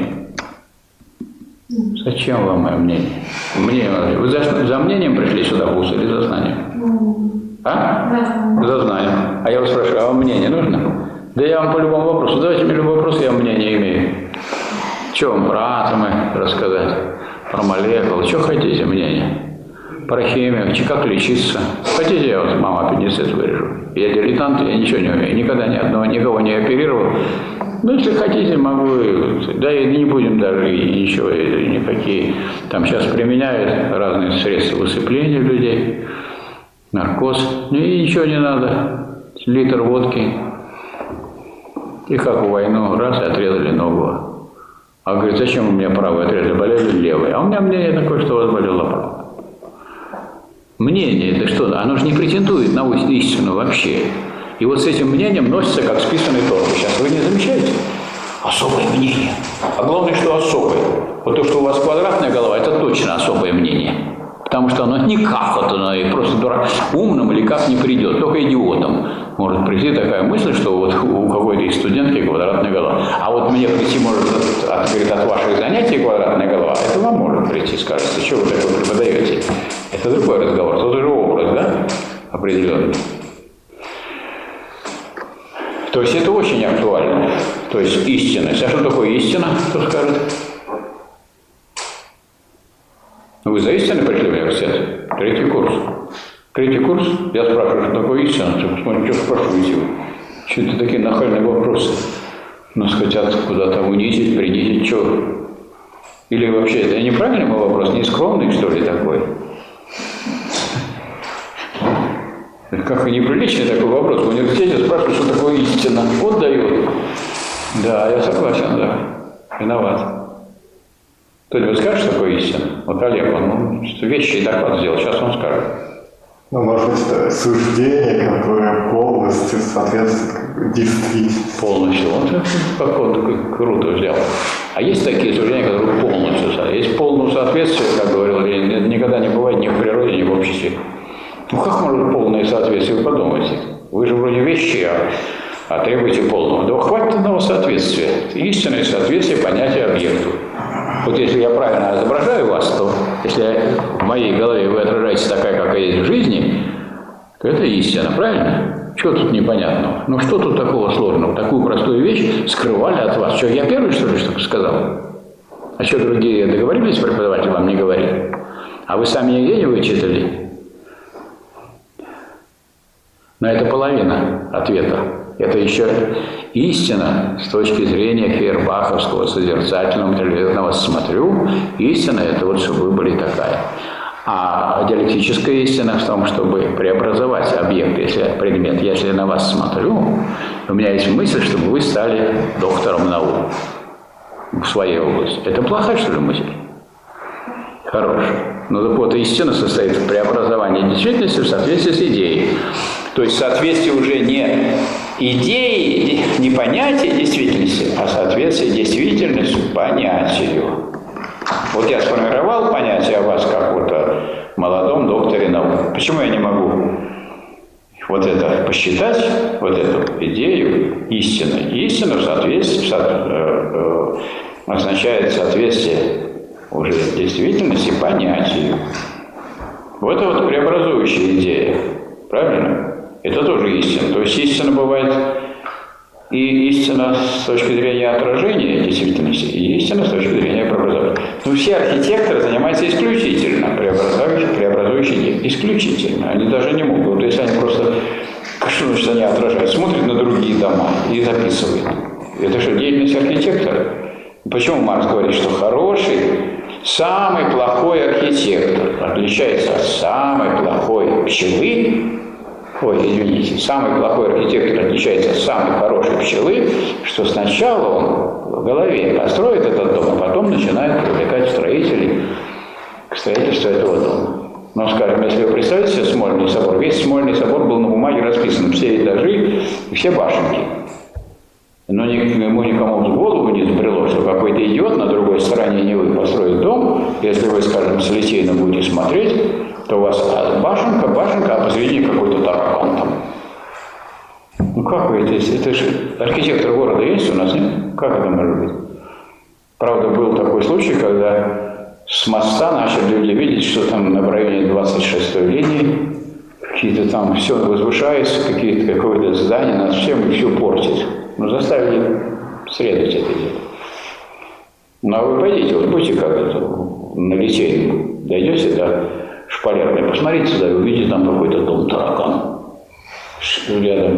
Зачем вам мое мнение? Вы за мнением пришли сюда в ВУЗ или за знанием? А? За знанием. А я вас спрашиваю, а вам мнение нужно? Да я вам по любому вопросу. Давайте мне любой вопрос, я вам мнение имею. Что вам про атомы рассказать? Про молекулы? Что хотите мнение? Про химию, как лечиться. Хотите, я вот мама аппендицит вырежу. Я дилетант, я ничего не умею. Никогда никого не оперировал. Ну, если хотите, могу. Да и не будем даже ничего, никакие. Там сейчас применяют разные средства высыпления людей. Наркоз. И ничего не надо. Литр водки. И как в войну, раз, и отрезали ногу. А говорит, зачем у меня правую отрезали, болели левой? А у меня мнение такое, что у вас болела правая. Мнение это что? Оно же не претендует на истину вообще. И вот с этим мнением носится как списанный торг. Сейчас вы не замечаете? Особое мнение. А главное, что особое. Вот то, что у вас квадратная голова, это точно особое мнение. Потому что оно никак, вот оно и просто дурак, умным или как не придет, только идиотом может прийти такая мысль, что вот у какой-то из студентки квадратная голова. А вот мне прийти может, говорит, от ваших занятий квадратная голова, это вам может прийти, скажется, что вы такое преподаете. Это другой разговор, тот же образ, да, определенный. То есть это очень актуально. То есть истинность. А что такое истина, кто скажет? Вы за истиной пришли в университет? Третий курс. Третий курс? Я спрашиваю, что такое истина? Посмотрите, что спрашиваете вы? Что это такие нахальные вопросы? Нас хотят куда-то унизить, принизить, что? Или вообще, это неправильный мой вопрос, не скромный, что ли, такой? Как и неприличный такой вопрос. В университете спрашивают, что такое истина. Вот дают. Да, я согласен, да. Виноват. Кто-нибудь скажет, что такое истина? Вот Олег, он вещи и доклад сделал, сейчас он скажет. Ну, может быть, это суждение, которое полностью соответствует действительности. Полностью. Вот как он круто взял. А есть такие суждения, которые полностью соответствуют. Есть полное соответствие, как говорил Ленин, никогда не бывает ни в природе, ни в обществе. Ну как может быть полное соответствие? Вы подумайте. Вы же вроде вещи, а требуете полного. Да хватит одного соответствия. Истинное соответствие понятия объекту. Вот если я правильно изображаю вас, то если в моей голове вы отражаетесь такая, какая есть в жизни, то это истина, правильно? Чего тут непонятного? Ну что тут такого сложного? Такую простую вещь скрывали от вас. Что, я первый, что ли, что сказал? А что другие договорились, преподаватель вам не говорит? А вы сами нигде не вычитали? Но это половина ответа. Это еще истина с точки зрения фейербаховского созерцательного материализма. Смотрю, истина это вот чтобы вы были такая. А диалектическая истина в том, чтобы преобразовать объект, если предмет. Если я на вас смотрю, у меня есть мысль, чтобы вы стали доктором наук в своей области. Это плохая, что ли, мысль? Хорошая. Но так вот, истина состоит в преобразовании действительности в соответствии с идеей. То есть соответствие уже не идеи, не понятия действительности, а соответствие действительности понятию. Вот я сформировал понятие о вас как вот о молодом докторе наук. Почему я не могу вот это посчитать, вот эту идею истины? Истина в соответствии означает соответствие уже действительности понятию. Вот это вот преобразующая идея. Правильно? Это тоже истина. То есть истина бывает И истина с точки зрения отражения действительности, и истина с точки зрения преобразования. Но все архитекторы занимаются исключительно преобразующей исключительно. Они даже не могут. Вот если они просто, что значит они отражают, смотрят на другие дома и записывают. Это же деятельность архитектора. Почему Маркс говорит, что хороший, самый плохой архитектор отличается от самой плохой пчелы? Ой, извините, самый плохой архитектор отличается от самой хорошей пчелы, что сначала он в голове построит этот дом, а потом начинает привлекать строителей к строительству этого дома. Ну, скажем, если вы представите себе Смольный собор, весь Смольный собор был на бумаге расписан, все этажи и все башенки. Но ему никому в голову не забрело, что какой-то идиот на другой стороне Невы построит дом, если вы, скажем, с Литейна будете смотреть, то у вас башенка, а посередине какой-то таракан там. Ну как вы, это же архитектор города есть у нас, нет? Как это может быть? Правда, был такой случай, когда с моста начали люди видеть, что там на районе 26-й линии какие-то там все возвышается, какое-то здание, нас всем все портит. Ну, заставили срезать это дело. Ну, а вы пойдите, вот будете как-то на Литейну, дойдете до Шпалерной, посмотрите сюда и увидите там какой-то дом таракан. Рядом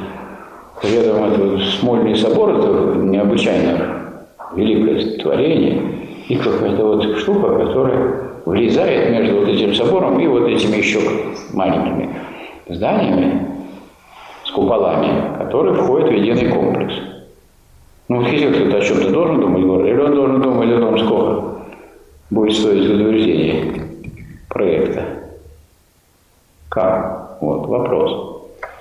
этот Смольный собор, это необычайно великое творение, и какая-то вот штука, которая влезает между вот этим собором и вот этими еще маленькими зданиями с куполами, которые входят в единый комплекс. Ну, архитектор о чем-то должен думать, или он должен думать о том, сколько будет стоить утверждение проекта. Как? Вот вопрос.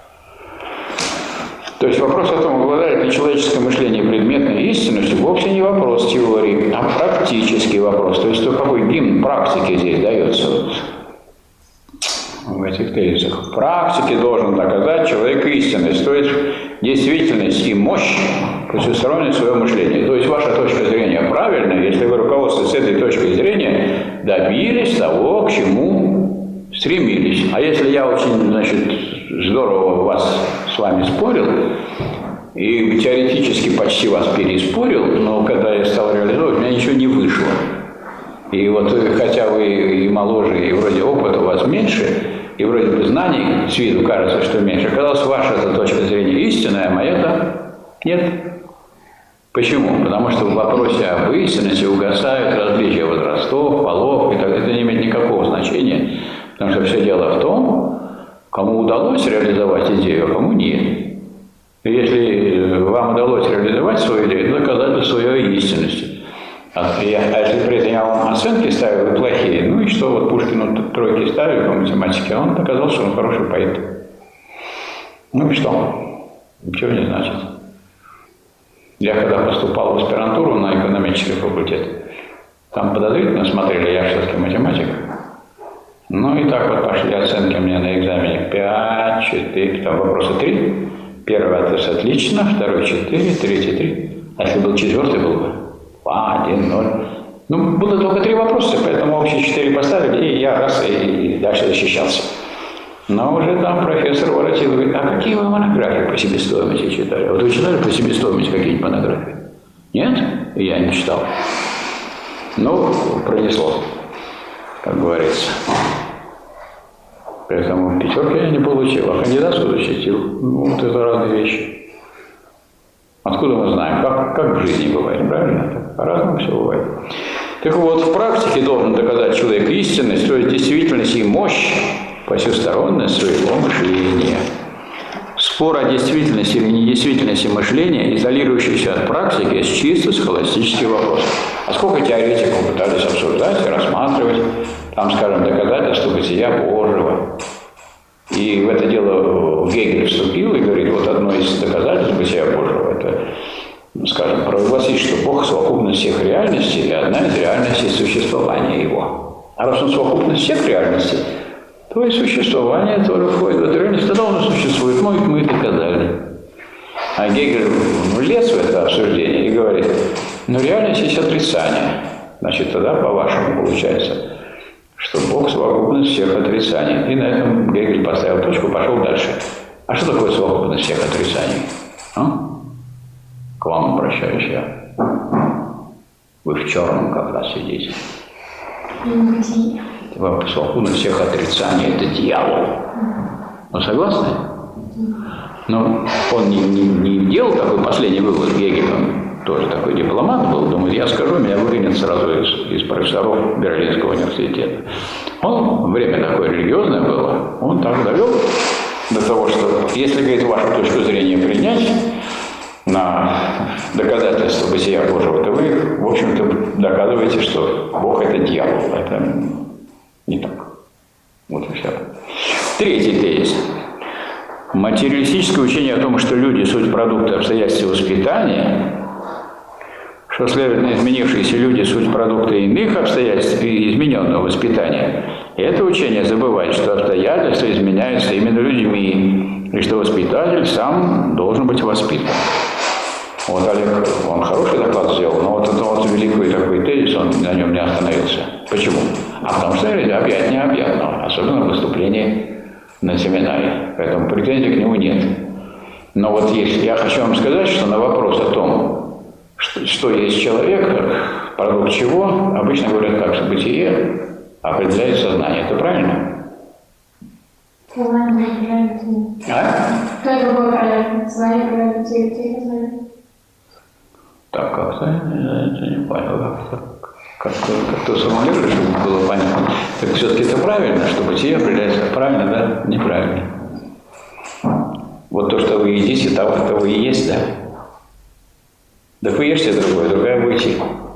То есть вопрос о том, обладает ли человеческое мышление предметной истинностью, вовсе не вопрос теории, а практический вопрос. То есть то, какой гимн практики здесь дается в этих тезисах. В практике должен доказать человек истинность, то есть действительность и мощь, всестороннее свое мышление. То есть ваша точка зрения правильная, если вы, руководствуясь этой точкой зрения, добились того, к чему стремились. А если я очень, здорово с вами спорил, и теоретически почти вас переспорил, но когда я стал реализовывать, у меня ничего не вышло. И вот хотя вы и моложе, и вроде опыта у вас меньше, и вроде бы знаний с виду кажется, что меньше, оказалось, ваша эта точка зрения истинная, а моя-то нет. Почему? Потому что в вопросе об истинности угасают различия возрастов, полов, и так это не имеет никакого значения, потому что все дело в том, кому удалось реализовать идею, а кому нет. И если вам удалось реализовать свою идею, это доказательство своей истинности. А если при этом я вам оценки ставил и плохие, ну и что, вот Пушкину тройки ставили по математике, а он доказал, что он хороший поэт. Ну и что? Ничего не значит. Я когда поступал в аспирантуру на экономический факультет, там подозрительно смотрели, я все-таки математик. Ну и так вот пошли оценки у меня на экзамене 5, 4, там вопросы 3. Первый отрез отлично, второй 4, третий 3. А если был четвертый, был бы 2, 1, 0. Ну, было только 3 вопроса, поэтому общие 4 поставили, и я раз и дальше защищался. Но уже там профессор воротил и говорит, а какие вы монографии по себестоимости читали? Вот вы читали по себестоимости какие-нибудь монографии? Нет? Я не читал. Ну, пронесло, как говорится. Поэтому 5 я не получил, а кандидатскую защитил. Ну, вот это разные вещи. Откуда мы знаем? Как в жизни бывает, правильно? По-разному все бывает. Так вот, в практике должен доказать человек истинность, то есть действительность и мощь, всесторонность своего мышления. Спор о действительности или недействительности мышления, изолирующийся от практики, чисто схоластический вопрос. А сколько теоретиков пытались обсуждать и рассматривать, там, скажем, доказательства бытия Божьего. И в это дело Гегель вступил и говорит, вот одно из доказательств бытия Божьего, это, скажем, провозгласить, что Бог совокупность всех реальностей и одна из реальностей существования Его. А раз он совокупность всех реальностей, то и существование тоже входит в эту реальность, тогда он существует, мы доказали. А Гегель влез в это обсуждение и говорит, ну реальность есть отрицание. Значит, тогда по-вашему получается, что Бог совокупность всех отрицаний. И на этом Гегель поставил точку, пошел дальше. А что такое совокупность всех отрицаний? вам обращаюсь я. Вы в черном как раз сидите. Вам по совокупности всех отрицаний это дьявол. Вы согласны? Но он не делал такой последний вывод. Гегель, он тоже такой дипломат был. Думает, я скажу, меня выгонят сразу из профессоров Берлинского университета. Он, время такое религиозное было, он так довел до того, что если, говорит, вашу точку зрения принять на доказательство бытия Божьего, то вы, в общем-то, доказываете, что Бог – это дьявол. Это не так. Вот и все. Третий тезис. Материалистическое учение о том, что люди – суть продукты обстоятельств воспитания, что, следовательно, изменившиеся люди – суть продукты иных обстоятельств и измененного воспитания. И это учение забывает, что обстоятельства изменяются именно людьми, и что воспитатель сам должен быть воспитан. Вот Олег, он хороший доклад сделал, но вот это вот великий такой тезис, он на нем не остановился. Почему? А потому что объять необъятного, особенно в выступлении на семинаре. Поэтому претензий к нему нет. Но вот если я хочу вам сказать, что на вопрос о том, что есть человек, продукт чего, обычно говорят, как что бытие определяет сознание. Это правильно? Сознание определяет бытие. А? Кто это было правильно? Сознание определяет бытие, бытие не знаю. Так, как-то, я не понял, как-то сформулируешь, чтобы было понятно. Так все-таки это правильно, что бытие определяется правильно, да? Неправильно. Вот то, что вы едите, того, это вы и есть, да? Да вы ешьте другая будете.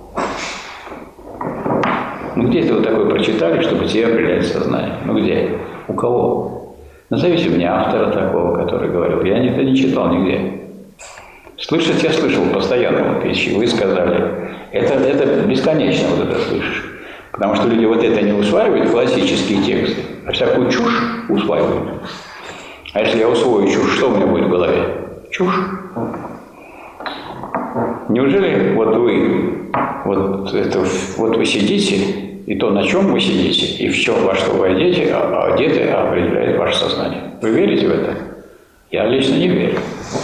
Ну где это вы такое прочитали, что бытие определяет сознание? Ну где? У кого? Назовите мне автора такого, который говорил. Я это не читал нигде. Слышать я слышал постоянно, вот вещи, вы сказали. Это бесконечно вот это слышишь. Потому что люди вот это не усваивают, классические тексты, а всякую чушь усваивают. А если я усвою чушь, что у меня будет в голове? Чушь. Неужели вот вы, вот вы сидите, и то, на чем вы сидите, и в чем, во что вы одеты, определяет ваше сознание. Вы верите в это? Я лично не верю.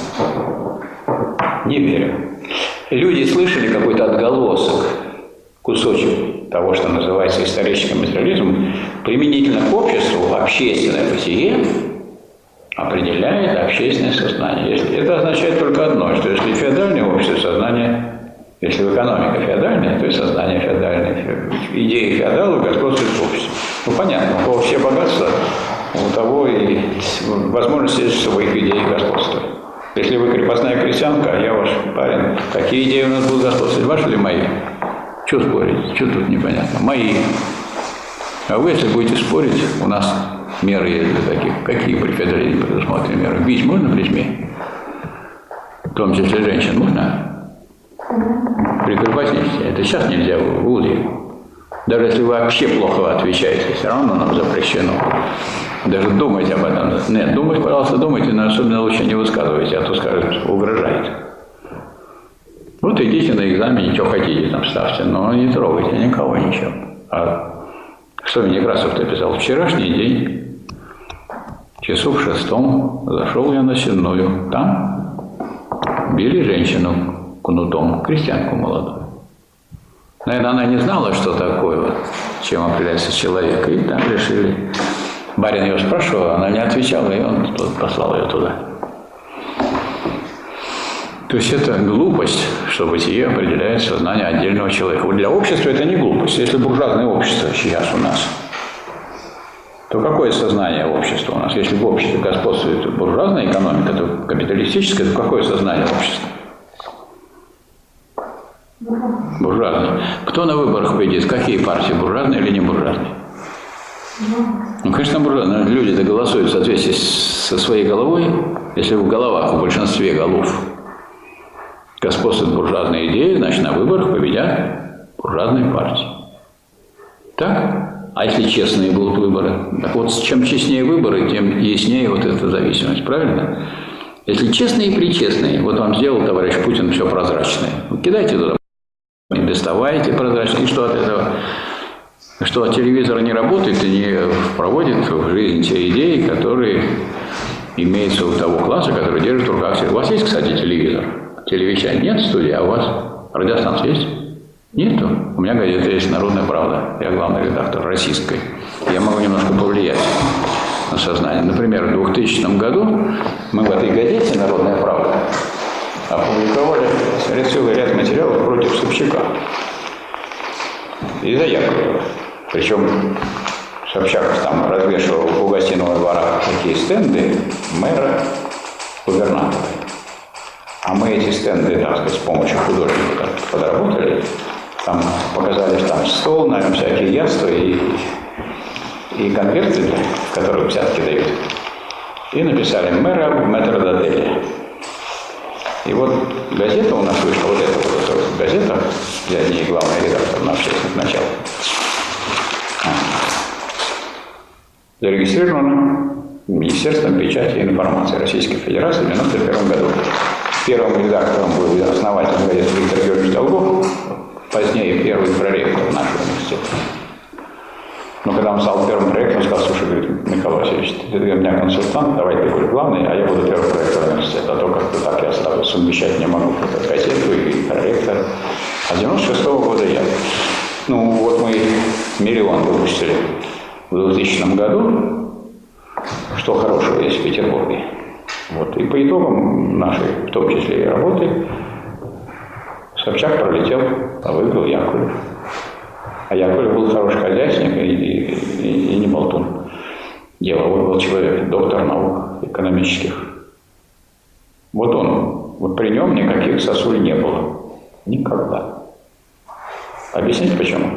Не верю. Люди слышали какой-то отголосок, кусочек того, что называется историческим материализмом, применительно к обществу общественное бытие определяет общественное сознание. Это означает только одно, что если феодальное общество, сознание, если экономика феодальная, то и сознание феодальное. Идеи феодалов господствуют в обществе. Ну понятно, у кого все богатства, у того и возможности своих идей господствовать. Если вы крепостная крестьянка, а я ваш парень, какие идеи у нас будут господствовать, ваши или мои? Что спорить? Что тут непонятно? Мои. А вы, если будете спорить, у нас меры есть для таких. Какие при феодализме предусмотрены меры? Бить можно плетьми? В том числе женщин можно? При крепостничестве. Это сейчас нельзя в Луде. Даже если вы вообще плохо отвечаете, все равно нам запрещено. Даже думать об этом. Нет, думать, пожалуйста, думайте, но особенно лучше не высказывайте, а то скажут, угрожаете. Вот идите на экзамене, что хотите там ставьте, но не трогайте никого, ничего. А что Некрасов-то писал? Вчерашний день, часу в 6 зашел я на Сенную. Там били женщину кнутом, крестьянку молодую. Наверное, она не знала, что такое, вот, чем определяется человек, и там решили. Барин ее спрашивал, она не отвечала, и он послал ее туда. То есть это глупость, что бытие определяет сознание отдельного человека. Вот для общества это не глупость. Если буржуазное общество сейчас у нас, то какое сознание общества у нас? Если в обществе господствует буржуазная экономика, то капиталистическое, то какое сознание общества? Буржуазное. Кто на выборах победит? Какие партии? Буржуазные или не буржуазные? Ну, конечно, буржуазные. Люди-то голосуют в соответствии со своей головой. Если в головах, в большинстве голов господствуют буржуазные идеи, значит, на выборах победят буржуазные партии. Так? А если честные будут выборы? Так вот, чем честнее выборы, тем яснее вот эта зависимость. Правильно? Если честные и причестные, вот вам сделал товарищ Путин все прозрачное. Кидайте туда, не доставайте прозрачное. И что от этого? Что телевизор не работает и не проводит в жизнь те идеи, которые имеются у того класса, который держит в руках. У вас есть, кстати, телевизор? телевещания нет в студии, а у вас радиостанция есть? Нету. У меня газета есть «Народная правда». Я главный редактор российской. Я могу немножко повлиять на сознание. Например, в 2000 году мы в этой газете «Народная правда» опубликовали целый ряд материалов против Собчака и за Яковлева. Причем Собчак там развешивал у гостиного двора такие стенды мэра, губернатора. А мы эти стенды, так сказать, с помощью художников подработали. Там показали там стол, на нем всякие яства и конверты, которые взятки дают. И написали «Мэра в метрдотеле». И вот газета у нас вышла, вот эта вот газета, я не главный редактор на общественных началах. Зарегистрирована Министерством печати и информации Российской Федерации в 1991 году. Первым редактором был основатель газеты Виктор Георгиевич Долгов, позднее первый проректор нашего университета. Но когда он стал первым проректором, он сказал: слушай, говорит, Михаил Васильевич, ты у меня консультант, давай ты будешь главный, а я буду первый проректор университета. А то как-то так я сразу совмещать не могу, как газету и проректор. А с 96-го года я. Ну вот мы «Миллион» выпустили в 2000 году, что хорошего есть в Петербурге. Вот. И по итогам нашей, в том числе и работы, Собчак пролетел, а выиграл Яковлев. А Яковлев был хороший хозяйственник и не болтун. Деловой был человек, доктор наук экономических. Вот он, вот при нем никаких сосуль не было. Никогда. Объясните почему?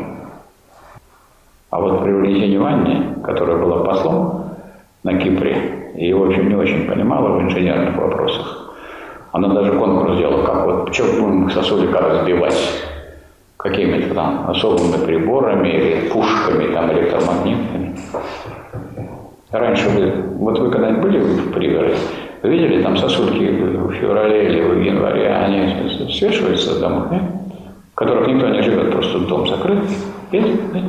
А вот при Валентине Ивановне, которая была послом на Кипре, и, в общем, не очень понимала в инженерных вопросах, она даже конкурс сделала, как вот, почему будем сосули как сбивать, какими-то там особыми приборами или пушками, там, электромагнитными. Раньше вы когда-нибудь были в пригороде, вы видели там сосульки в феврале или в январе, они свешиваются с домов, нет? В которых никто не живет, просто дом закрыт. Нет.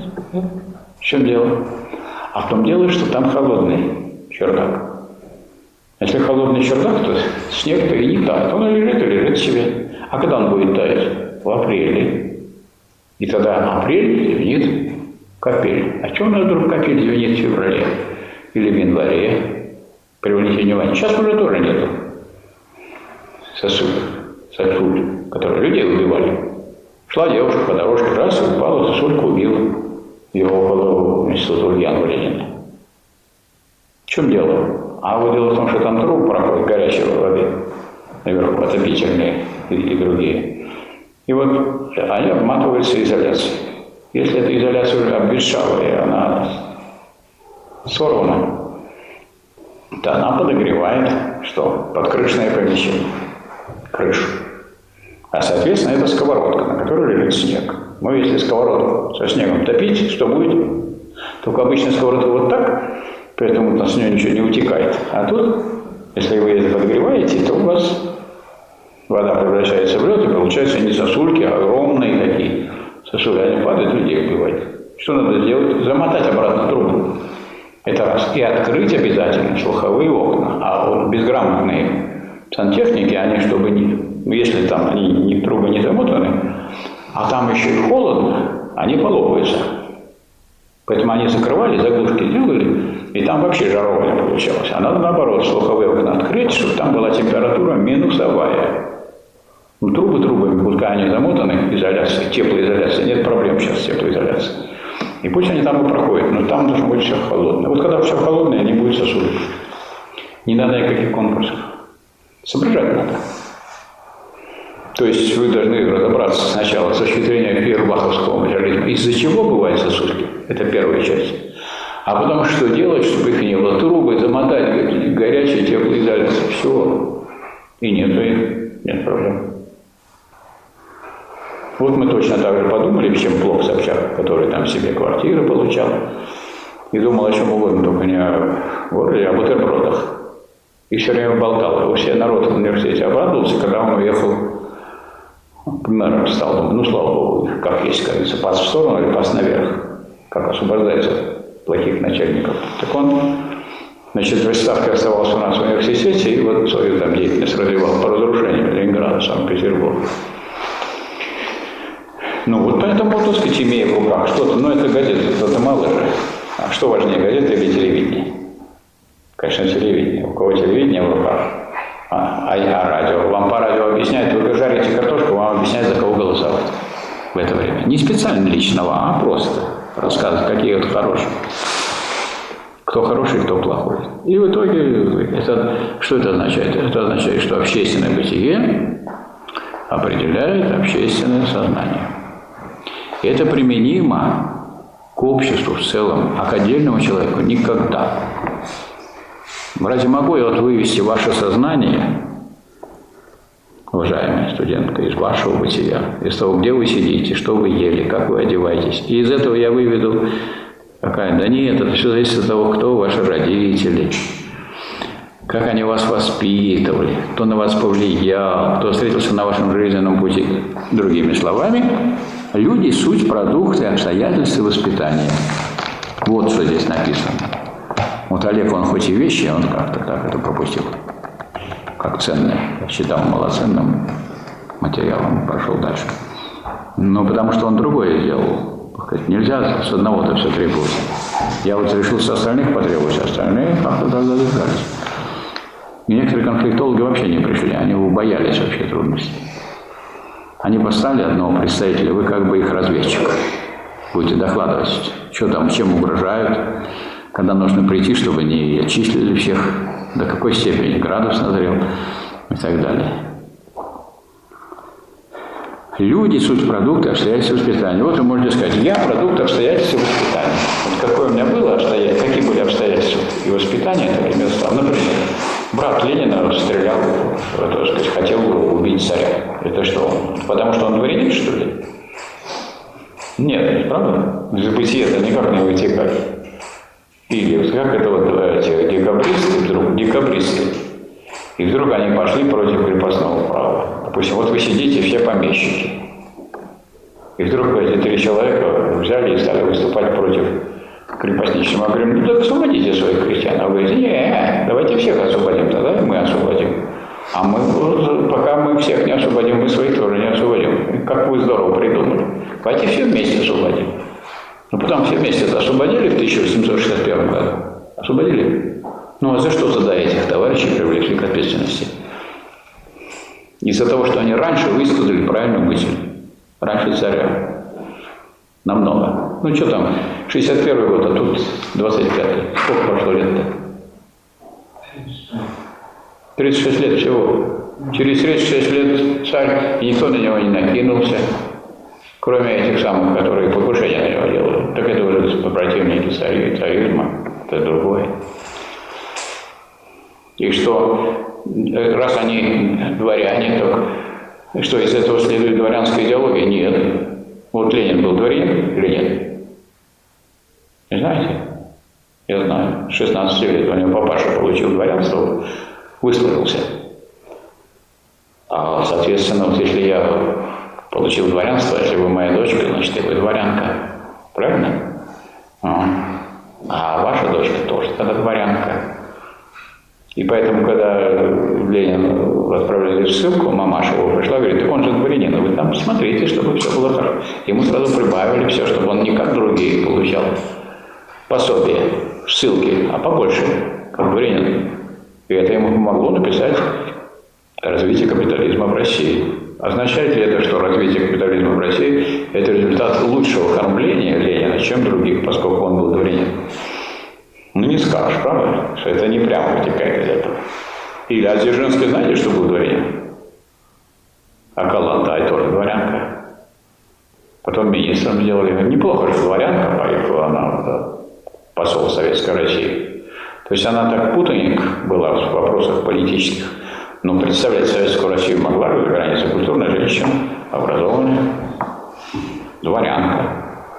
В чем дело? А в том дело, что там холодный чердак. Если холодный чердак, то снег-то и не тает. Он лежит себе. А когда он будет таять? В апреле. И тогда апрель звенит капель. А чего у нас вдруг капель звенит в феврале? Или в январе? При Валентине Ивановне. Сейчас уже тоже нету сосуль, которые людей убивали. Шла девушка по дорожке, раз, и упала, сосульку убила. Его около института Ульянова Ленина. В чем дело? А вот дело в том, что там трубы проходят горячей воды наверху, отопительные и другие. И вот они обматываются изоляцией. Если эта изоляция уже обветшала и она сорвана, то она подогревает что? Подкрышное помещение. Крышу. А соответственно это сковородка, на которой лежит снег. Но если сковородку со снегом топить, что будет? Только обычная сковородка вот так, поэтому с нее ничего не утекает. А тут, если вы это подогреваете, то у вас вода превращается в лед, и получаются не сосульки, а огромные такие сосули. Они падают, людей убивают. Что надо сделать? Замотать обратно трубу. Это раз. И открыть обязательно слуховые окна. А вот безграмотные сантехники, они чтобы если там они трубы не замотаны, а там еще и холодно, они полопаются. Поэтому они закрывали, заглушки делали, и там вообще жаровня получалась. А надо наоборот слуховые окна открыть, чтобы там была температура минусовая. Ну, трубы трубами, пускай они замотаны, изоляция, теплоизоляция, нет проблем сейчас с теплоизоляцией. И пусть они там и проходят, но там должно быть все холодное. Вот когда все холодное, не будет сосудов. Не надо никаких конкурсов. Соображать надо. То есть вы должны разобраться сначала с точки зрения фейербаховского материализма, из-за чего бывают сосульки. Это первая часть. А потом что делать, чтобы их не было? Трубы замотать, горячая теплоизоляция, все. И нет проблем. Вот мы точно так же подумали, чем плох Собчак, который там себе квартиры получал. И думал о чем угодно, только не о городе, а о бутербродах. И все время болтал. Все народ в университете обрадовался, когда он уехал, мэром стал. Думаю, ну, слава богу, как есть, как говорится, пас в сторону или пас наверх. Как освобождается от плохих начальников. Так он Значит, в Ставке оставался у нас в университете, и вот свою там деятельность развивал по разрушению Ленинграда, Санкт-Петербурга. Ну вот поэтому, так сказать, имея в руках что-то, ну это газета, это мало же. А что важнее, газета или телевидение? Конечно, телевидение. У кого телевидение в руках? А радио? Вам по радио объясняют, вы жарите картошку, вам объясняют, за кого голосовать в это время. Не специально лично вам, а просто рассказывают, какие вот хорошие. Кто хороший, кто плохой. И в итоге, что это означает? Это означает, что общественное бытие определяет общественное сознание. И это применимо к обществу в целом, а к отдельному человеку никогда. Разве могу я вот вывести ваше сознание, уважаемая студентка, из вашего бытия, из того, где вы сидите, что вы ели, как вы одеваетесь. И из этого я выведу, да нет, это все зависит от того, кто ваши родители, как они вас воспитывали, кто на вас повлиял, кто встретился на вашем жизненном пути. Другими словами, люди – суть продукты, обстоятельства воспитания. Вот что здесь написано. Вот Олег, он хоть и вещи, он как-то так это пропустил, как ценное, считал малоценным материалом, пошел дальше. Но потому что он другое сделал. Нельзя с одного-то все требовать. Я вот решил с остальных потребовать, остальные как-то задержались. И некоторые конфликтологи вообще не пришли, они боялись вообще трудностей. Они поставили одного представителя, вы как бы их разведчик. Будете докладывать, что там, чем угрожают, когда нужно прийти, чтобы не отчислили всех, до какой степени градус назрел и так далее. Люди – суть продукты обстоятельств воспитания. Вот вы можете сказать, я продукт обстоятельств воспитания. Вот какое у меня было обстоятельство, какие были обстоятельства и воспитания, такими стал. Например, брат Ленина стрелял, так сказать, хотел убить царя. Это что? Потому что он дворянин, что ли? Нет, правда? Из бытия-то никак не вытекает. Или как это вот эти декабристы, и вдруг они пошли против крепостного права. Допустим, вот вы сидите, все помещики. И вдруг эти 3 человека взяли и стали выступать против крепостничества. Мы говорим, ну так освободите своих крестьян. А вы говорите, нет, давайте всех освободим, тогда и мы освободим. А мы, пока мы всех не освободим, мы своих тоже не освободим. Как вы здорово придумали. Давайте все вместе освободим. Но потом все вместе освободили в 1861 году. Освободили. Ну а за что тогда этих товарищей привлекли к ответственности? Из-за того, что они раньше высказали правильную мысль. Раньше царя. Намного. Ну что там, 61 год, а тут 25-й. Сколько прошло лет-то? 36 лет всего. Через 36 лет царь, и никто на него не накинулся. Кроме этих самых, которые покушения на него делают. Так это уже противники царизма. Это другое. И что, раз они дворяне, то что из этого следует дворянская идеология? Нет. Вот Ленин был дворянин или нет? Не знаете? Я знаю. С 16 лет у него папаша получил дворянство, выслужился. А, соответственно, вот если я получил дворянство, если вы моя дочка, значит, вы дворянка. Правильно? А ваша дочка тоже тогда дворянка. И поэтому, когда Ленин отправляли в ссылку, мамаша его пришла, говорит, он же дворянин, вы там смотрите, чтобы все было хорошо. Ему сразу прибавили все, чтобы он не как другие получал пособие, ссылки, а побольше, как дворянин. И это ему помогло написать «Развитие капитализма в России». Означает ли это, что развитие капитализма в России – это результат лучшего кормления Ленина, чем других, поскольку он был дворянин? Ну, не скажешь, правда, что это не прямо вытекает из этого. Или а Дзержинский, знаете, что был дворянин? А Калантай тоже дворянка. Потом министром сделали. Неплохо же дворянка, поехала она, да, посол Советской России. То есть она так путаник была в вопросах политических. Но представлять Советскую Россию могла за границей культурная женщина, образованная, дворянка.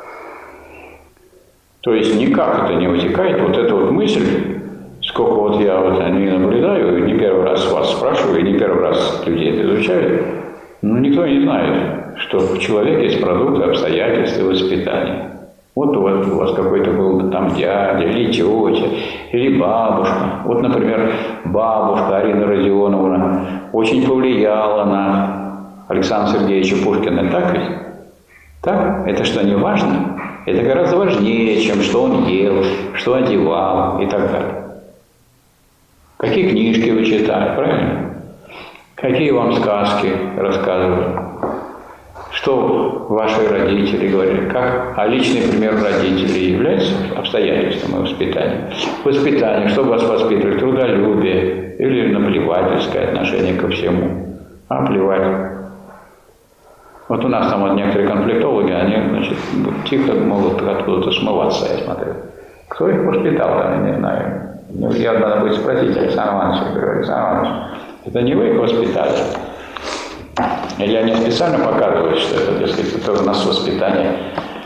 То есть никак это не вытекает, вот эта вот мысль, сколько вот я вот не наблюдаю, не первый раз вас спрашиваю, и не первый раз людей это изучают, но никто не знает, что в человеке есть продукты обстоятельств и воспитания. Вот у вас какой-то был там дядя, или тетя, или бабушка. Вот, например, бабушка Арина Родионовна очень повлияла на Александра Сергеевича Пушкина. Так ведь? Так? Это что, не важно? Это гораздо важнее, чем что он ел, что одевал и так далее. Какие книжки вы читали, правильно? Какие вам сказки рассказывали? Что ваши родители говорили? Как? А личный пример родителей является обстоятельством и воспитанием? Воспитание, что вас воспитывали? Трудолюбие или наплевательское отношение ко всему? А плевать. Вот у нас там вот некоторые конфликтологи, они, значит, тихо могут откуда-то смываться, я смотрю. Кто их воспитал, я не знаю. Я надо будет спросить Александра Ивановича. Я говорю: Александр Иванович, это не вы их воспитали? Или они специально показывают, что это, дескать, это у нас воспитание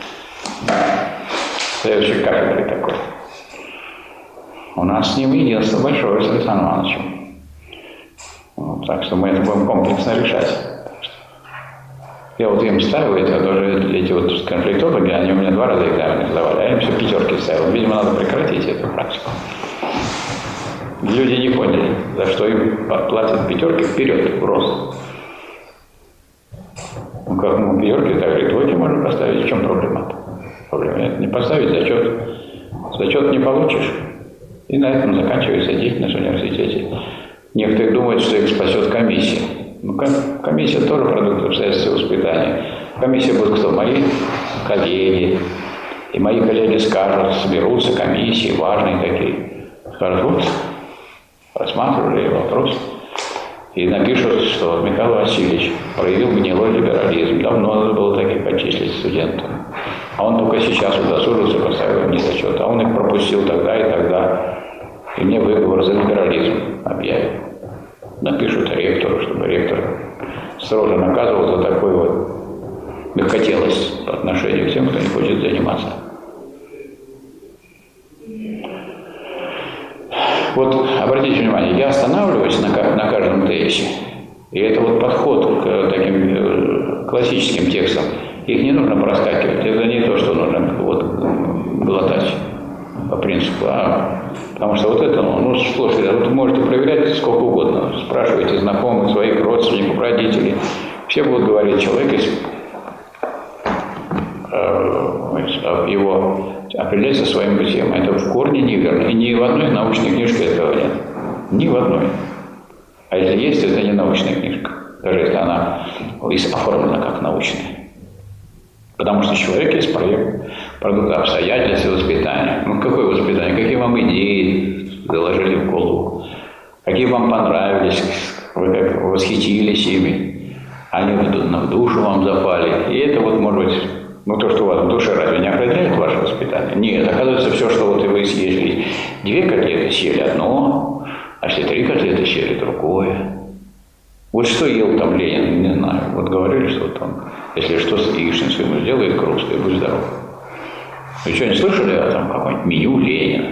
следующей кафедры такой. У нас с ним единство большое, с Александром Ивановичем. Вот, так что мы это будем комплексно решать. Я вот им ставил эти вот конфликтологи, они у меня 2 раза экзамены сдавали, а я им все 5 ставил. Видимо, надо прекратить эту практику. Люди не поняли, за что им платят 5 вперед, в рост. Ну как, 5, так и 2 можно поставить. В чем проблема-то? Проблема нет. Не поставить зачет. Зачет не получишь. И на этом заканчивается деятельность в университете. Некоторые думают, что их спасет комиссия. Ну, комиссия тоже продукт обстоятельств воспитания. Комиссия будет кто? Мои коллеги. И мои коллеги скажут, соберутся комиссии, важные такие. Скажут: вот, рассматривали вопрос. И напишут, что Михаил Васильевич проявил гнилой либерализм. Давно надо было таких отчислить студентам. А он только сейчас удосужился, поставил им зачет. А он их пропустил тогда и тогда. И мне выговор за либерализм объявил. Напишут ректору, чтобы ректор строго наказывал за такой вот мягкотелость по отношению к тем, кто не хочет заниматься. Вот обратите внимание, я останавливаюсь на каждом тезисе, и это вот подход к таким классическим текстам. Их не нужно проскакивать, это не то, что нужно вот глотать по принципу, потому что вот это, ну, слушайте, вы можете проверять сколько угодно, спрашивайте знакомых, своих родственников, родителей, все будут говорить: человек его определяется своим бытием. Это в корне неверно. И ни в одной научной книжке этого нет. Ни в одной. А если есть, это не научная книжка. Даже если она оформлена как научная. Потому что человек есть продукт обстоятельств и воспитания. Ну, какое воспитание? Какие вам идеи заложили в голову? Какие вам понравились? Вы как восхитились ими? Они в душу вам запали. И это вот, может быть, ну, то, что у вас в душе, разве не определяет ваше воспитание? Нет, оказывается, все, что вот вы съели 2 котлеты, съели одно, а если 3 котлеты, съели другое. Вот что ел там Ленин, не знаю. Вот говорили, что там, если что с яичницей ему сделает круст, и будь здоров. Вы что, не слышали о там какое-нибудь меню Ленина?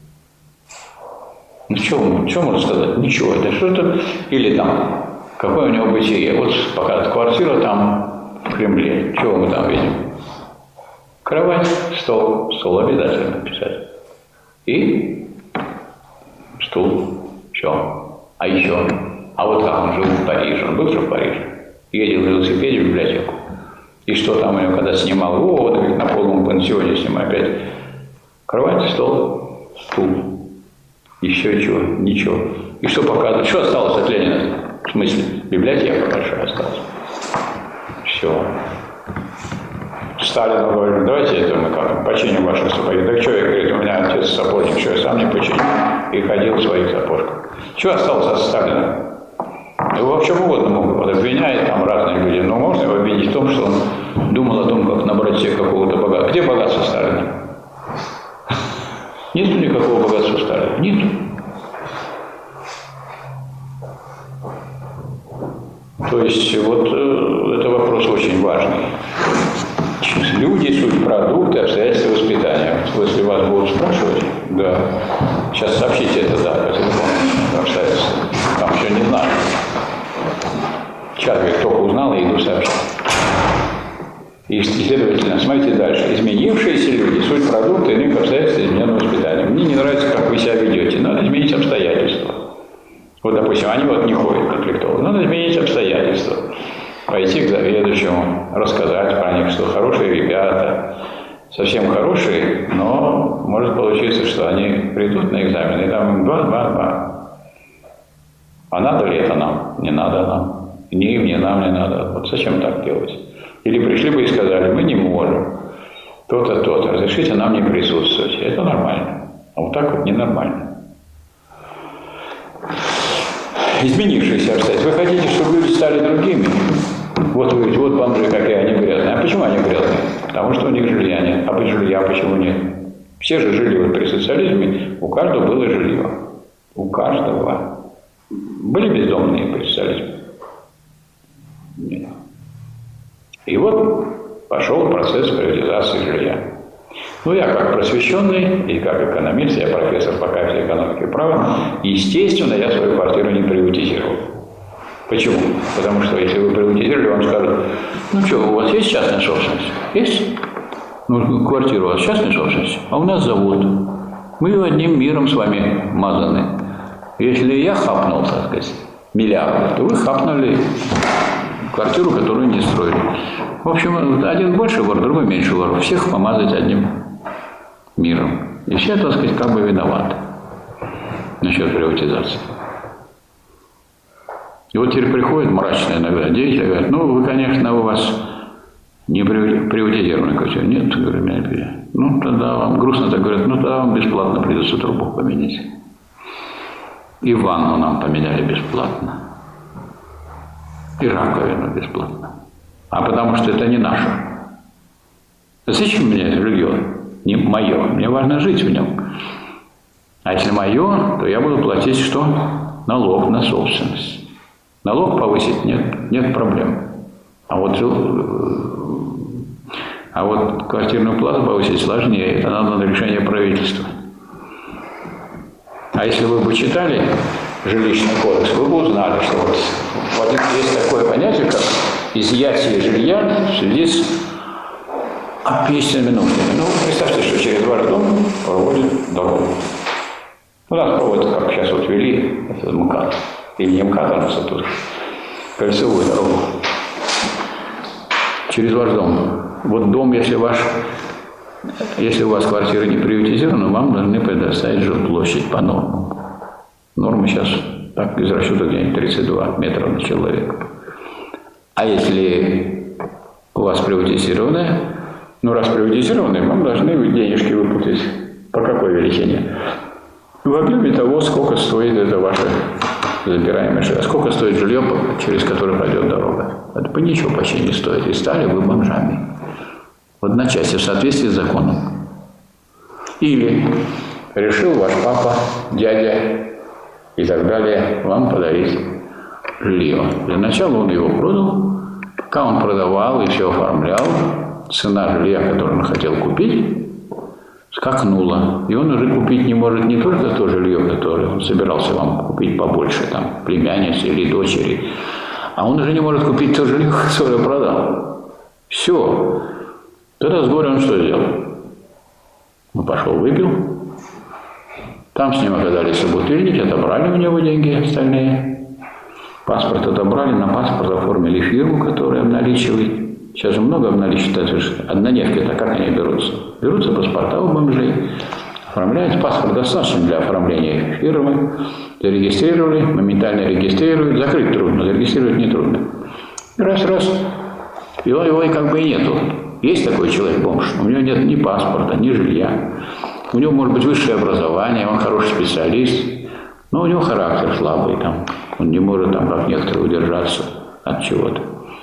Ну, что можно сказать? Ничего. Это что-то... Или там, какое у него бытие. Вот пока квартира там в Кремле. Чего мы там видим? Кровать, стол. Стол обязательно писать. И стул. Все. А еще. А вот как он жил в Париже. Он был же в Париже. Ездил на велосипеде в библиотеку. И что там у него, когда снимал? Вот, ведь на полном пансионе снимаю опять. Кровать, стол, стул. Еще чего? Ничего. И что показывает? Что осталось от Ленина? В смысле? Библиотека большая осталась. Все. Сталину говорю: давайте это мы как починим ваши сапоги. Так что, я говорю, у меня отец сапожник, что я сам не починю. И ходил в своих сапожках. Что осталось от Сталина? Его в чем угодно могут обвинять, там разные люди. Но можно его обвинить в том, что он думал о том, как набрать себе какого-то богатства. Где богатство Сталина? Нету никакого богатства Сталина. Нету. То есть вот это вопрос очень важный. Люди – суть продукты, обстоятельства воспитания. Если вас будут спрашивать, да, сейчас сообщите это, да, по телефону, обстоятельства. Там еще не знаю. Сейчас, говорит, только узнал и иду сообщать. И, следовательно, написано, смотрите дальше. Изменившиеся люди, суть продукта иных обстоятельств измененного воспитания. Мне не нравится, как вы себя ведете. Надо изменить обстоятельства. Вот, допустим, они вот не ходят конфликтовать. Надо изменить обстоятельства. Пойти к заведующему, рассказать про них, что хорошие ребята, совсем хорошие, но может получиться, что они придут на экзамен, и там им 2. А надо ли это нам? Не надо нам. Ни им, ни нам не надо. Вот зачем так делать? Или пришли бы и сказали, мы не можем. То-то, то-то. Разрешите нам не присутствовать. Это нормально. А вот так вот ненормально. Изменившиеся обстоятельства. Вы хотите, чтобы люди стали другими? Вот вы говорите, вот бомжи какие, они грязные. А почему они грязные? Потому что у них жилья нет. А жилья почему нет? Все же жили вот при социализме, у каждого было жилье. У каждого. Были бездомные при социализме? Нет. И вот пошел процесс приватизации жилья. Ну, я как просвещенный и как экономист, я профессор по кафедре экономики и права, естественно, я свою квартиру не приватизировал. Почему? Потому что если вы приватизировали, вам скажут, ну что, у вас есть частная собственность? Есть? Ну, квартира у вас частная собственность, а у нас завод. Мы одним миром с вами мазаны. Если я хапнул, так сказать, миллиарды, то вы хапнули квартиру, которую не строили. В общем, один больше вор, другой меньше вор. Всех помазать одним миром. И все, так сказать, как бы виноваты насчет приватизации. И вот теперь приходит мрачно иногда деятели, говорят, ну, вы, конечно, у вас не приватизированная квартира. Нет, говорю, меня. Ну, тогда вам грустно так говорят, ну, тогда вам бесплатно придется трубу поменять. И ванну нам поменяли бесплатно. И раковину бесплатно. А потому что это не наше. Зачем мне жилье? Не мое. Мне важно жить в нем. А если мое, то я буду платить что? Налог на собственность. Налог повысить нет проблем. А вот квартирную плату повысить сложнее. Это надо на решение правительства. А если вы бы читали жилищный кодекс, вы бы узнали, что вот есть такое понятие, как изъятие жилья в связи с общественными нуждами. Ну, представьте, что через ваш дом проводят дорогу. У нас проводят, как сейчас вот ввели, это МКАД. Или не МКАД, а у нас тут кольцевую дорогу. Через ваш дом. Вот дом, если у вас квартира не приватизирована, вам должны предоставить жилплощадь по нормам. Нормы сейчас так из расчета где-нибудь 32 метра на человека. А если у вас приватизированная, раз приватизированная, вам должны денежки выплатить. По какой величине? В объеме того, сколько стоит это ваше забираемое жилье. Сколько стоит жилье, через которое пройдет дорога? Это ничего почти не стоит. И стали вы бомжами. В одночасье, в соответствии с законом. Или решил ваш папа, дядя и так далее вам подарить жилье. Для начала он его продал. Пока он продавал и все оформлял, цена жилья, которое он хотел купить, скакнула. И он уже купить не может не только то жилье, которое он собирался вам купить побольше, там, племяннице или дочери, а он уже не может купить то жилье, которое продал. Все. Тогда с горя он что сделал? Он пошел, выпил. Там с ним оказались собутыльники, отобрали у него деньги остальные. Паспорт отобрали, на паспорт оформили фирму, которая обналичивает. Сейчас же много обналичивает. Однодневки-то как они берутся? Берутся паспорта у бомжей, оформляют. Паспорт достаточно для оформления фирмы. Зарегистрировали, моментально регистрируют. Закрыть трудно, зарегистрировать нетрудно. И раз-раз. Его и как бы и нету. Есть такой человек-бомж, у него нет ни паспорта, ни жилья. У него может быть высшее образование, он хороший специалист, но у него характер слабый, там, он не может, там, как некоторые, удержаться от чего-то.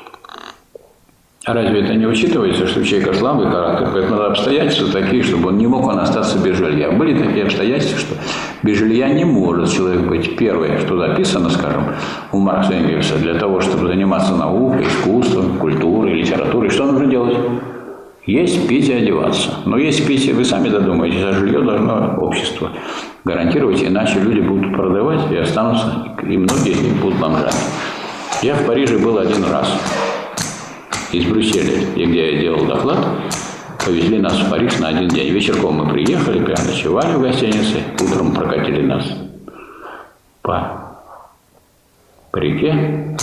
А разве это не учитывается, что у человека слабый характер, поэтому надо обстоятельства такие, чтобы он не мог остаться без жилья. Были такие обстоятельства, что без жилья не может человек быть. Первое, что записано, скажем, у Маркса и Энгельса, для того, чтобы заниматься наукой, искусством, культурой, литературой, что нужно делать? Есть, пить и одеваться. Но есть, пить, вы сами додумаетесь, а жилье должно общество гарантировать, иначе люди будут продавать и останутся, и многие из них будут бомжами. Я в Париже был один раз. Из Брюсселя, где я делал доклад, повезли нас в Париж на один день. Вечерком мы приехали, прямо ночевали в гостинице, утром прокатили нас по реке.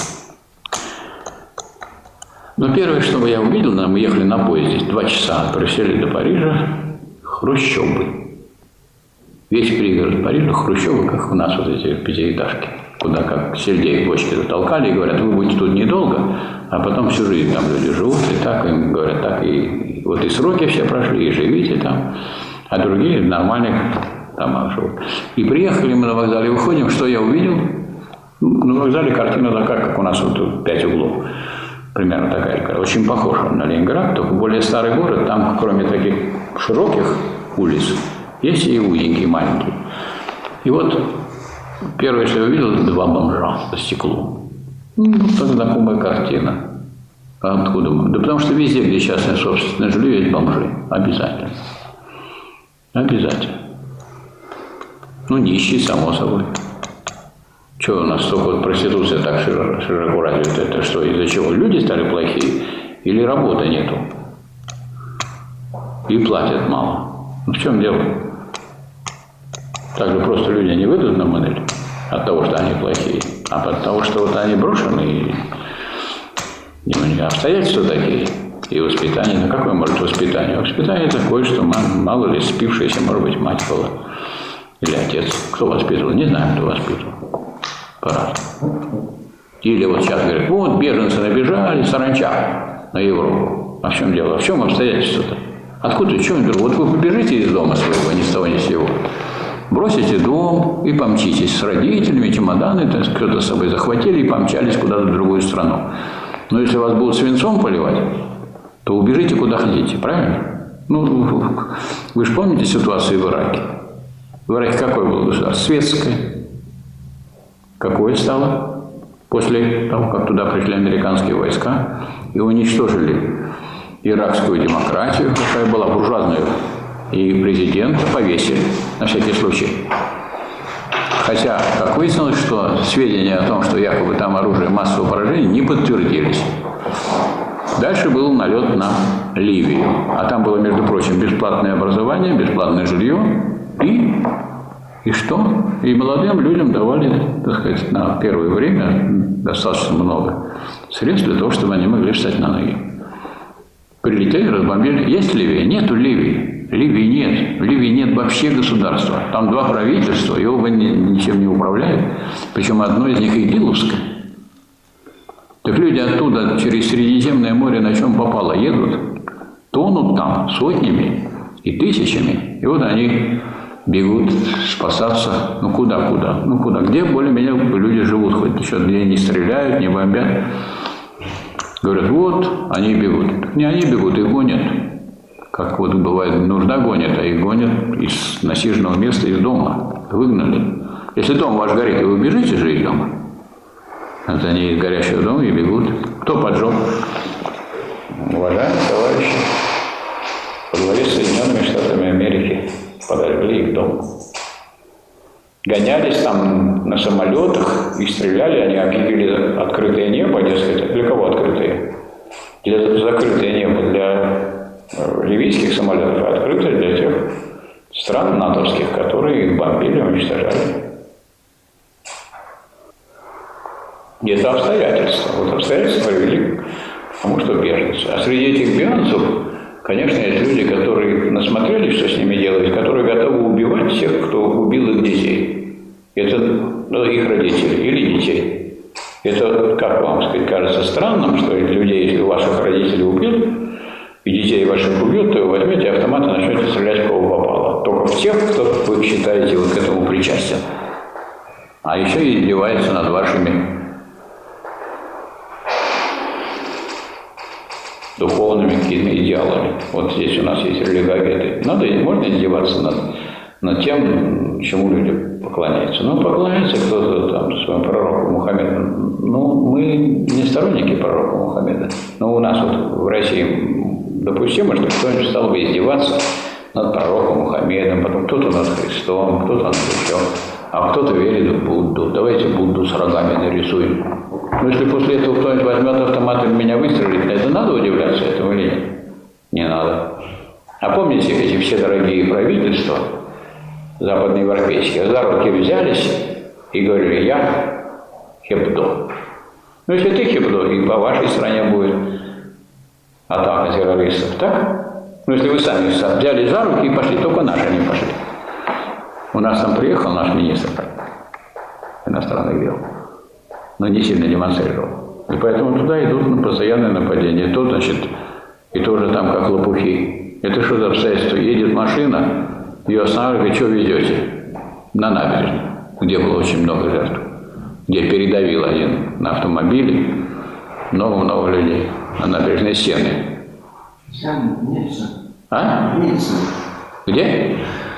Но первое, что я увидел, мы ехали на поезде 2 часа от Брюсселя до Парижа, хрущёбы. Весь пригород Парижа хрущёбы, как у нас вот эти пятиэтажки, куда как сельдей в бочке затолкали и говорят, вы будете тут недолго, а потом всю жизнь там люди живут, и так им говорят, так и вот и сроки все прошли, и живите там, а другие в нормальных домах живут. И приехали мы на вокзале, выходим, что я увидел? На вокзале картина такая, как у нас вот тут 5 углов. Примерно такая, очень похожа на Ленинград, только более старый город, там кроме таких широких улиц, есть и узенькие, маленькие. И вот первое, что я увидел, 2 бомжа за стеклом. Так знакомая картина. А откуда мы? Да потому что везде, где частное собственное жилье, есть бомжи. Обязательно. Обязательно. Ну, нищие, само собой. Чего у нас столько вот проституция так широко развита? Это что, из-за чего? Люди стали плохие? Или работы нету? И платят мало. Ну, в чем дело? Так же просто люди не выйдут на модель от того, что они плохие, а от того, что вот они брошены, и обстоятельства такие, и воспитание. Ну, какое может воспитание? Воспитание такое, что мало ли спившаяся, может быть, мать была. Или отец. Кто воспитывал? Не знаю, кто воспитывал. По-разному. Или вот сейчас говорят, вот беженцы набежали, саранча на Европу. А в чем дело? А в чем обстоятельства-то? Откуда, что вдруг? Вот вы побежите из дома своего, ни с того ни с сего. Бросите дом и помчитесь с родителями, чемоданы, кто-то с собой захватили и помчались куда-то в другую страну. Но если вас будут свинцом поливать, то убежите куда хотите, правильно? Ну, вы же помните ситуацию в Ираке? В Ираке какое было государство? Светское. Какое стало? После того, как туда пришли американские войска и уничтожили иракскую демократию, какая была буржуазная, и президента повесили, на всякий случай. Хотя, как выяснилось, что сведения о том, что якобы там оружие массового поражения, не подтвердились. Дальше был налет на Ливию. А там было, между прочим, бесплатное образование, бесплатное жилье и что? И молодым людям давали, так сказать, на первое время достаточно много средств для того, чтобы они могли встать на ноги. Прилетели, разбомбили. Есть Ливия? Нету Ливии. Ливии нет. В Ливии нет вообще государства. Там 2 правительства, и оба ничем не управляют. Причем одно из них игиловское. Так люди оттуда через Средиземное море на чем попало едут, тонут там сотнями и тысячами. И вот они бегут спасаться. Ну куда? Ну куда? Где более-менее люди живут? Хоть еще где не стреляют, не бомбят. Говорят, вот, они бегут. Не они бегут, их гонят. Как вот бывает, нужда гонят, а их гонят из насиженного места, из дома. Выгнали. Если дом ваш горит, и вы бежите же из дома. Вот они из горящего дома и бегут. Кто поджег? Уважаемые товарищи, во главе с Соединенными Штатами Америки подожгли их дом. Гонялись там на самолетах и стреляли, они объявили открытое небо, дескать. Для кого открытое? Закрытое небо для ливийских самолетов, а открытое для тех стран натовских, которые их бомбили, уничтожали. И это обстоятельства. Вот обстоятельства привели к тому, что беженцы. А среди этих беженцев, конечно, есть люди, которые насмотрелись, что с ними делать, которые готовы убивать всех, кто убил их детей. Это их родители или детей. Это, как вам сказать, кажется странным, что людей, если ваших родителей убьют, и детей ваших убьют, то вы возьмете автомат и начнете стрелять, в кого попало. Только в тех, кто вы считаете вот к этому причастен. А еще и издевается над вашими духовными какими-то идеалами. Вот здесь у нас есть религоведы. Можно издеваться над тем, чему люди поклоняются. Ну, поклоняется кто-то там своему пророку Мухаммеду. Ну, мы не сторонники пророка Мухаммеда. Но у нас вот в России допустимо, что кто-нибудь стал бы издеваться над пророком Мухаммедом, потом кто-то над Христом, кто-то над еще, а кто-то верит в Будду. Давайте Будду с рогами нарисуем. Но если после этого кто-нибудь возьмет автомат и меня выстрелит, это надо удивляться этому или нет? Не надо. А помните, эти все дорогие правительства западноевропейские за руки взялись и говорили: я Хебдо. Ну, если ты Хебдо, и по вашей стране будет атака террористов, так? Ну, если вы сами взяли за руки и пошли, только наши не пошли. У нас там приехал наш министр иностранных дел, но не сильно демонстрировал. И поэтому туда идут на постоянное нападение. То, значит, и тоже там как лопухи. Это что за обстоятельство? Едет машина, ее останавливают: что везете? На набережную, где было очень много жертв, где передавил один на автомобиле много-много людей на набережной Сены. А? Где?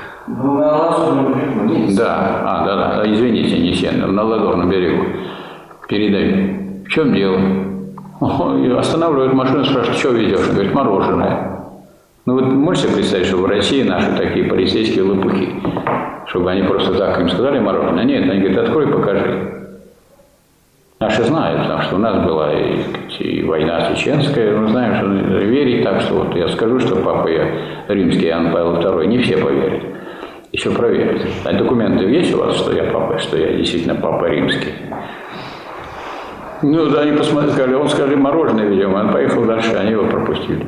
Да, да, извините, не Сены, на Ладожном берегу передавил. В чем дело? Останавливают машину, спрашивают: что везешь? Он говорит: мороженое. Ну вот можете представить, что в России наши такие полицейские лопухи, чтобы они просто так им сказали мороженое? Нет, они говорят: открой, покажи. Наши знают, потому что у нас была и война чеченская, мы знаем, что верить так, что вот я скажу, что папа я римский Иоанн Павел II, не все поверят. Еще проверят. А документы есть у вас, что я папа, что я действительно папа римский? Ну, да, они посмотрели, сказали, он сказали: мороженое, видимо, он поехал дальше, они его пропустили.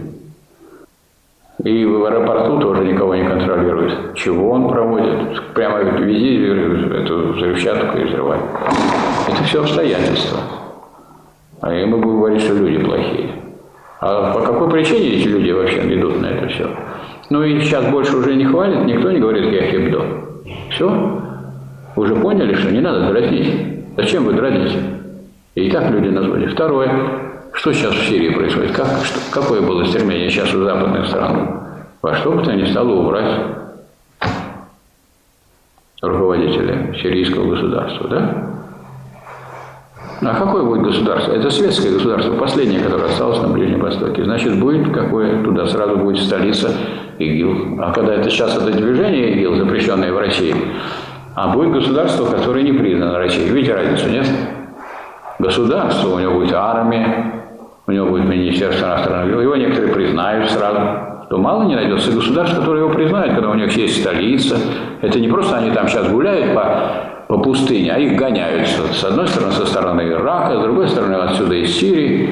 И в аэропорту тоже никого не контролируют. Чего он проводит? Прямо вези эту взрывчатку и взрывай. Это все обстоятельства. А мы будем говорить, что люди плохие. А по какой причине эти люди вообще идут на это все? Ну и сейчас больше уже не хвалят, никто не говорит: я Хебдо. Все? Уже поняли, что не надо дразнить. Зачем вы дразните? И так люди назвали. Второе. Что сейчас в Сирии происходит? Какое было стремление сейчас у западных стран? Во что бы то ни стало убрать руководителя сирийского государства, да? А какое будет государство? Это светское государство, последнее, которое осталось на Ближнем Востоке. Значит, будет какое? Туда сразу будет столица ИГИЛ. А когда это сейчас это движение ИГИЛ, запрещенное в России, а будет государство, которое не признано Россией. Видите разницу, нет? Государство, у него будет армия, у него будет министерство иностранных дел, его некоторые признают сразу. То мало не найдется государств, которые его признают, когда у них есть столица. Это не просто они там сейчас гуляют по пустыне, а их гоняют. С одной стороны, со стороны Ирака, с другой стороны, отсюда из Сирии.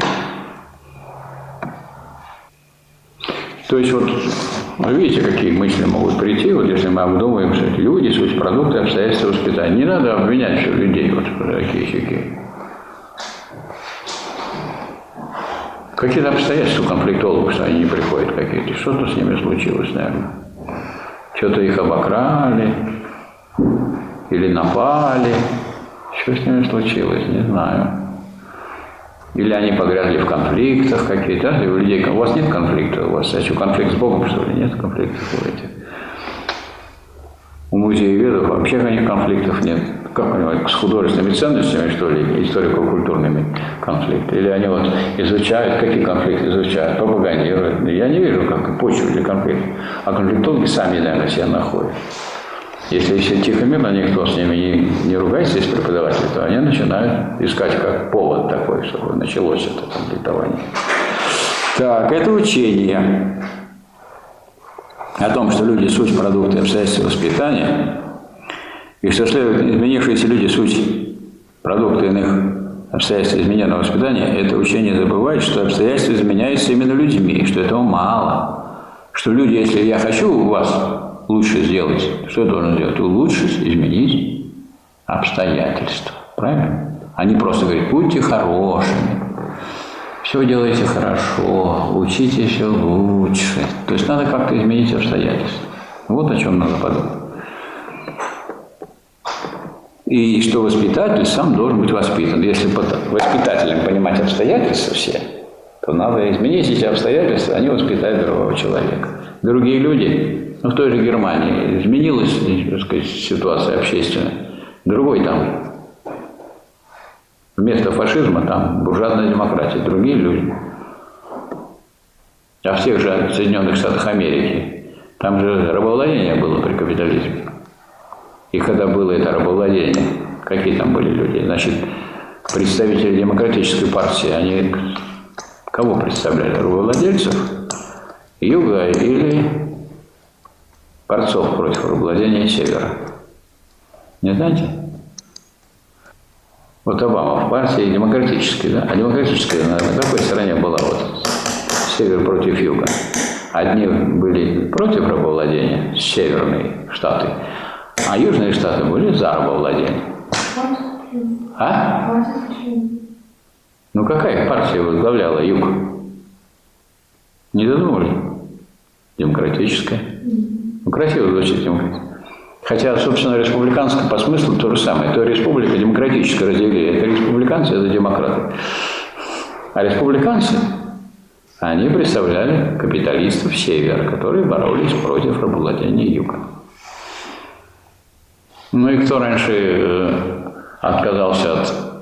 То есть вот, видите, какие мысли могут прийти, вот если мы обдумываем, что эти люди, суть продукты, обстоятельства воспитания. Не надо обвинять все людей, вот такие щеки. Какие-то обстоятельства конфликтологов, что они не приходят какие-то. Что-то с ними случилось, наверное. Что-то их обокрали или напали. Что с ними случилось, не знаю. Или они погрязли в конфликтах какие-то. У людей, у вас нет конфликта? У вас что, конфликт с Богом, что ли? Нет конфликтов у этих. У музееведов вообще никаких конфликтов нет. Как понимаете, с художественными ценностями, что ли, историко-культурными конфликты? Или они вот изучают, какие конфликты изучают, пропагандируют? Я не вижу, как почву для конфликтов. А конфликтологи сами, наверное, себя находят. Если тихо-мирно никто с ними не ругается, есть преподаватели, то они начинают искать как повод такой, чтобы началось это конфликтование. Так, это учение о том, что люди – суть продукты обстоятельства воспитания, и что следует изменившиеся люди – суть продукты иных обстоятельств измененного воспитания, это учение забывает, что обстоятельства изменяются именно людьми, что этого мало. Что люди, если я хочу у вас лучше сделать, что я должен сделать? Улучшить, изменить обстоятельства. Правильно? Они просто говорят: будьте хорошими, все делайте хорошо, учите все лучше. То есть надо как-то изменить обстоятельства. Вот о чем надо подумать. И что воспитатель сам должен быть воспитан. Если под воспитателем понимать обстоятельства все, то надо изменить эти обстоятельства, они воспитают другого человека. Другие люди, в той же Германии изменилась, так сказать, ситуация общественная. Другой там, вместо фашизма там буржуазная демократия, другие люди. А в тех же Соединенных Штатах Америки, там же рабовладение было при капитализме. И когда было это рабовладение, какие там были люди? Значит, представители демократической партии, они кого представляли? Рабовладельцев? Юга или борцов против рабовладения Севера? Не знаете? Вот Обама в партии демократической, да? А демократическая на какой стороне была вот Север против Юга? Одни были против рабовладения, северные штаты, а южные штаты были за рабовладение. А? Ну какая партия возглавляла Юг? Не додумали? Демократическая. Ну красиво звучит демократия. Хотя, собственно, республиканская по смыслу то же самое. То республика демократическое разделение. Это республиканцы, это демократы. А республиканцы, они представляли капиталистов Севера, которые боролись против рабовладения Юга. Ну и кто раньше отказался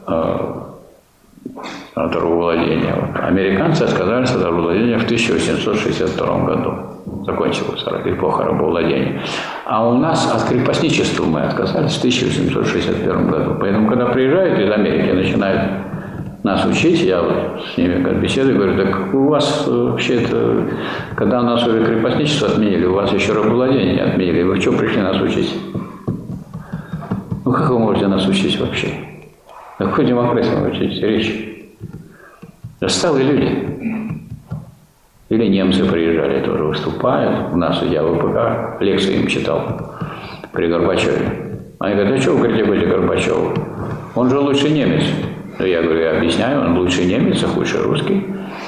от рабовладения? Вот. Американцы отказались от рабовладения в 1862 году. Закончилась эпоха рабовладения. А у нас от крепостничества мы отказались в 1861 году. Поэтому, когда приезжают из Америки, начинают нас учить, я вот с ними как беседую, говорю, так у вас вообще-то, когда у нас уже крепостничество отменили, у вас еще рабовладение не отменили. Вы что пришли нас учить? Ну, как вы можете нас учить вообще? О какой демократии вы учите речь? Отсталые люди. Или немцы приезжали, тоже выступают. У нас я в ВПК лекции им читал при Горбачеве. Они говорят, а что вы критикуете Горбачева? Он же лучший немец. Я говорю, я объясняю, он лучший немец, а худший русский.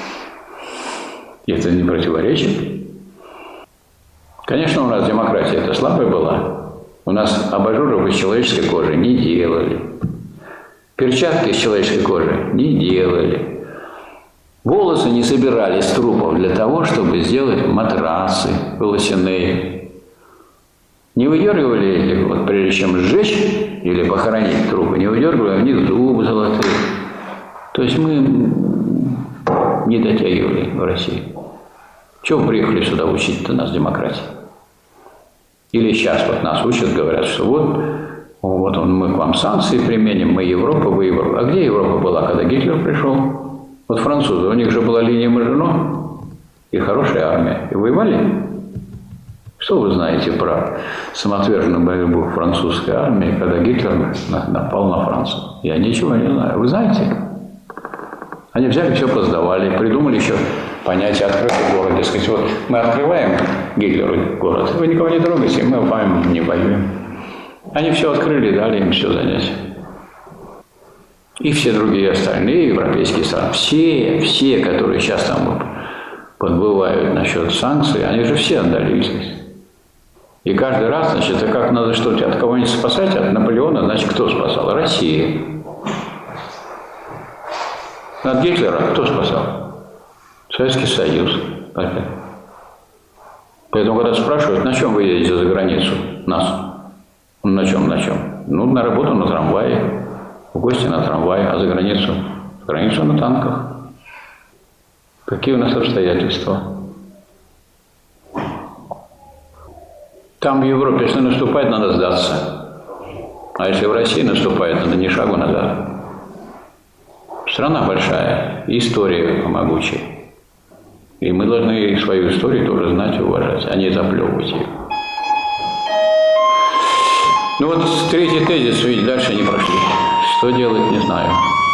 И это не противоречит. Конечно, у нас демократия это слабая была. У нас абажуров из человеческой кожи не делали. Перчатки из человеческой кожи не делали. Волосы не собирали с трупов для того, чтобы сделать матрасы волосяные. Не выдергивали этих, вот прежде чем сжечь или похоронить трупы, не выдергивали в них зубы золотые. То есть мы не дотягивали в России. Чего вы приехали сюда учить-то нас демократии? Или сейчас вот нас учат, говорят, что вот мы к вам санкции применим, мы Европа, вы Европа. А где Европа была, когда Гитлер пришел? Вот французы, у них же была линия Мажино и хорошая армия. И воевали? Что вы знаете про самоотверженную борьбу французской армии, когда Гитлер напал на Францию? Я ничего не знаю. Вы знаете? Они взяли, все поздавали, придумали еще понятие «открытый город». Дескать, вот мы открываем Гитлеру город, вы никого не трогаете, мы вам не воюем. Они все открыли, дали им все занять. И все другие остальные европейские страны, все, которые сейчас там подбывают насчет санкций, они же все отдались. И каждый раз, значит, а как надо что-то от кого-нибудь спасать, от Наполеона, значит, кто спасал? Россия. От Гитлера кто спасал? Советский Союз. Опять. Поэтому, когда спрашивают, на чем вы едете за границу? Нас. На чем? Ну, на работу на трамвае. В гости на трамвае, а за границу? За границу на танках. Какие у нас обстоятельства? Там в Европе, если наступать, надо сдаться. А если в России наступает, надо ни шагу назад. Страна большая, история могучая. И мы должны свою историю тоже знать и уважать, а не заплевывать ее. Ну вот третий тезис, ведь дальше не прошли. Что делать, не знаю.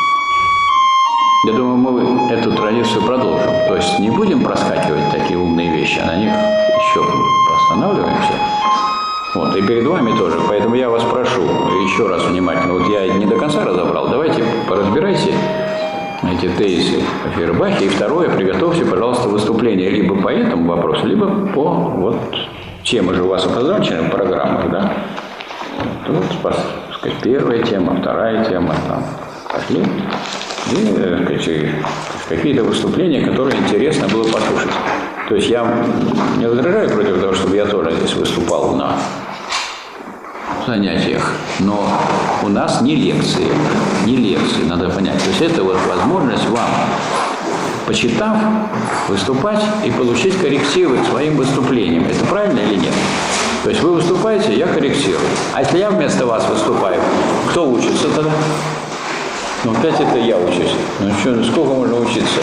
Я думаю, мы эту традицию продолжим. То есть не будем проскакивать такие умные вещи, а на них еще останавливаемся. Вот, и перед вами тоже. Поэтому я вас прошу еще раз внимательно. Вот я не до конца разобрал. Давайте поразбирайте эти тезисы о Фейербахе. И второе, приготовьте, пожалуйста, выступление либо по этому вопросу, либо по вот темы же у вас обозначены в программах, да? Вот, сказать, первая тема, вторая тема, там, пошли. И какие-то выступления, которые интересно было послушать. То есть я не возражаю против того, чтобы я тоже здесь выступал на занятиях, но у нас не лекции, надо понять. То есть это вот возможность вам, почитав, выступать и получить коррективы к своим выступлениям. Это правильно или нет? То есть вы выступаете, я корректирую. А если я вместо вас выступаю, кто учится тогда? Ну, опять это я учусь. Ну, что, сколько можно учиться?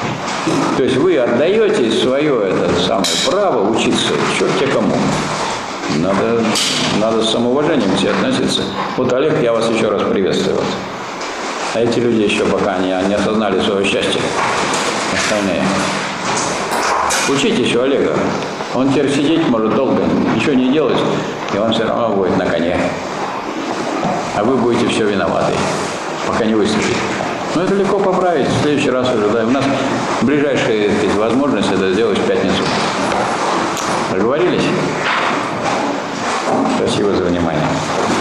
То есть вы отдаете свое это самое право учиться, черт те кому. надо с самоуважением к себе относиться. Вот, Олег, я вас еще раз приветствую. Вот. А эти люди еще пока не осознали своего счастья. Остальные. Учитесь у Олега. Он теперь сидеть может долго, ничего не делать, и он все равно будет на коне. А вы будете все виноваты, пока не выступите. Но это легко поправить. В следующий раз уже, да, у нас ближайшая, так сказать, возможность это сделать в пятницу. Договорились? Спасибо за внимание.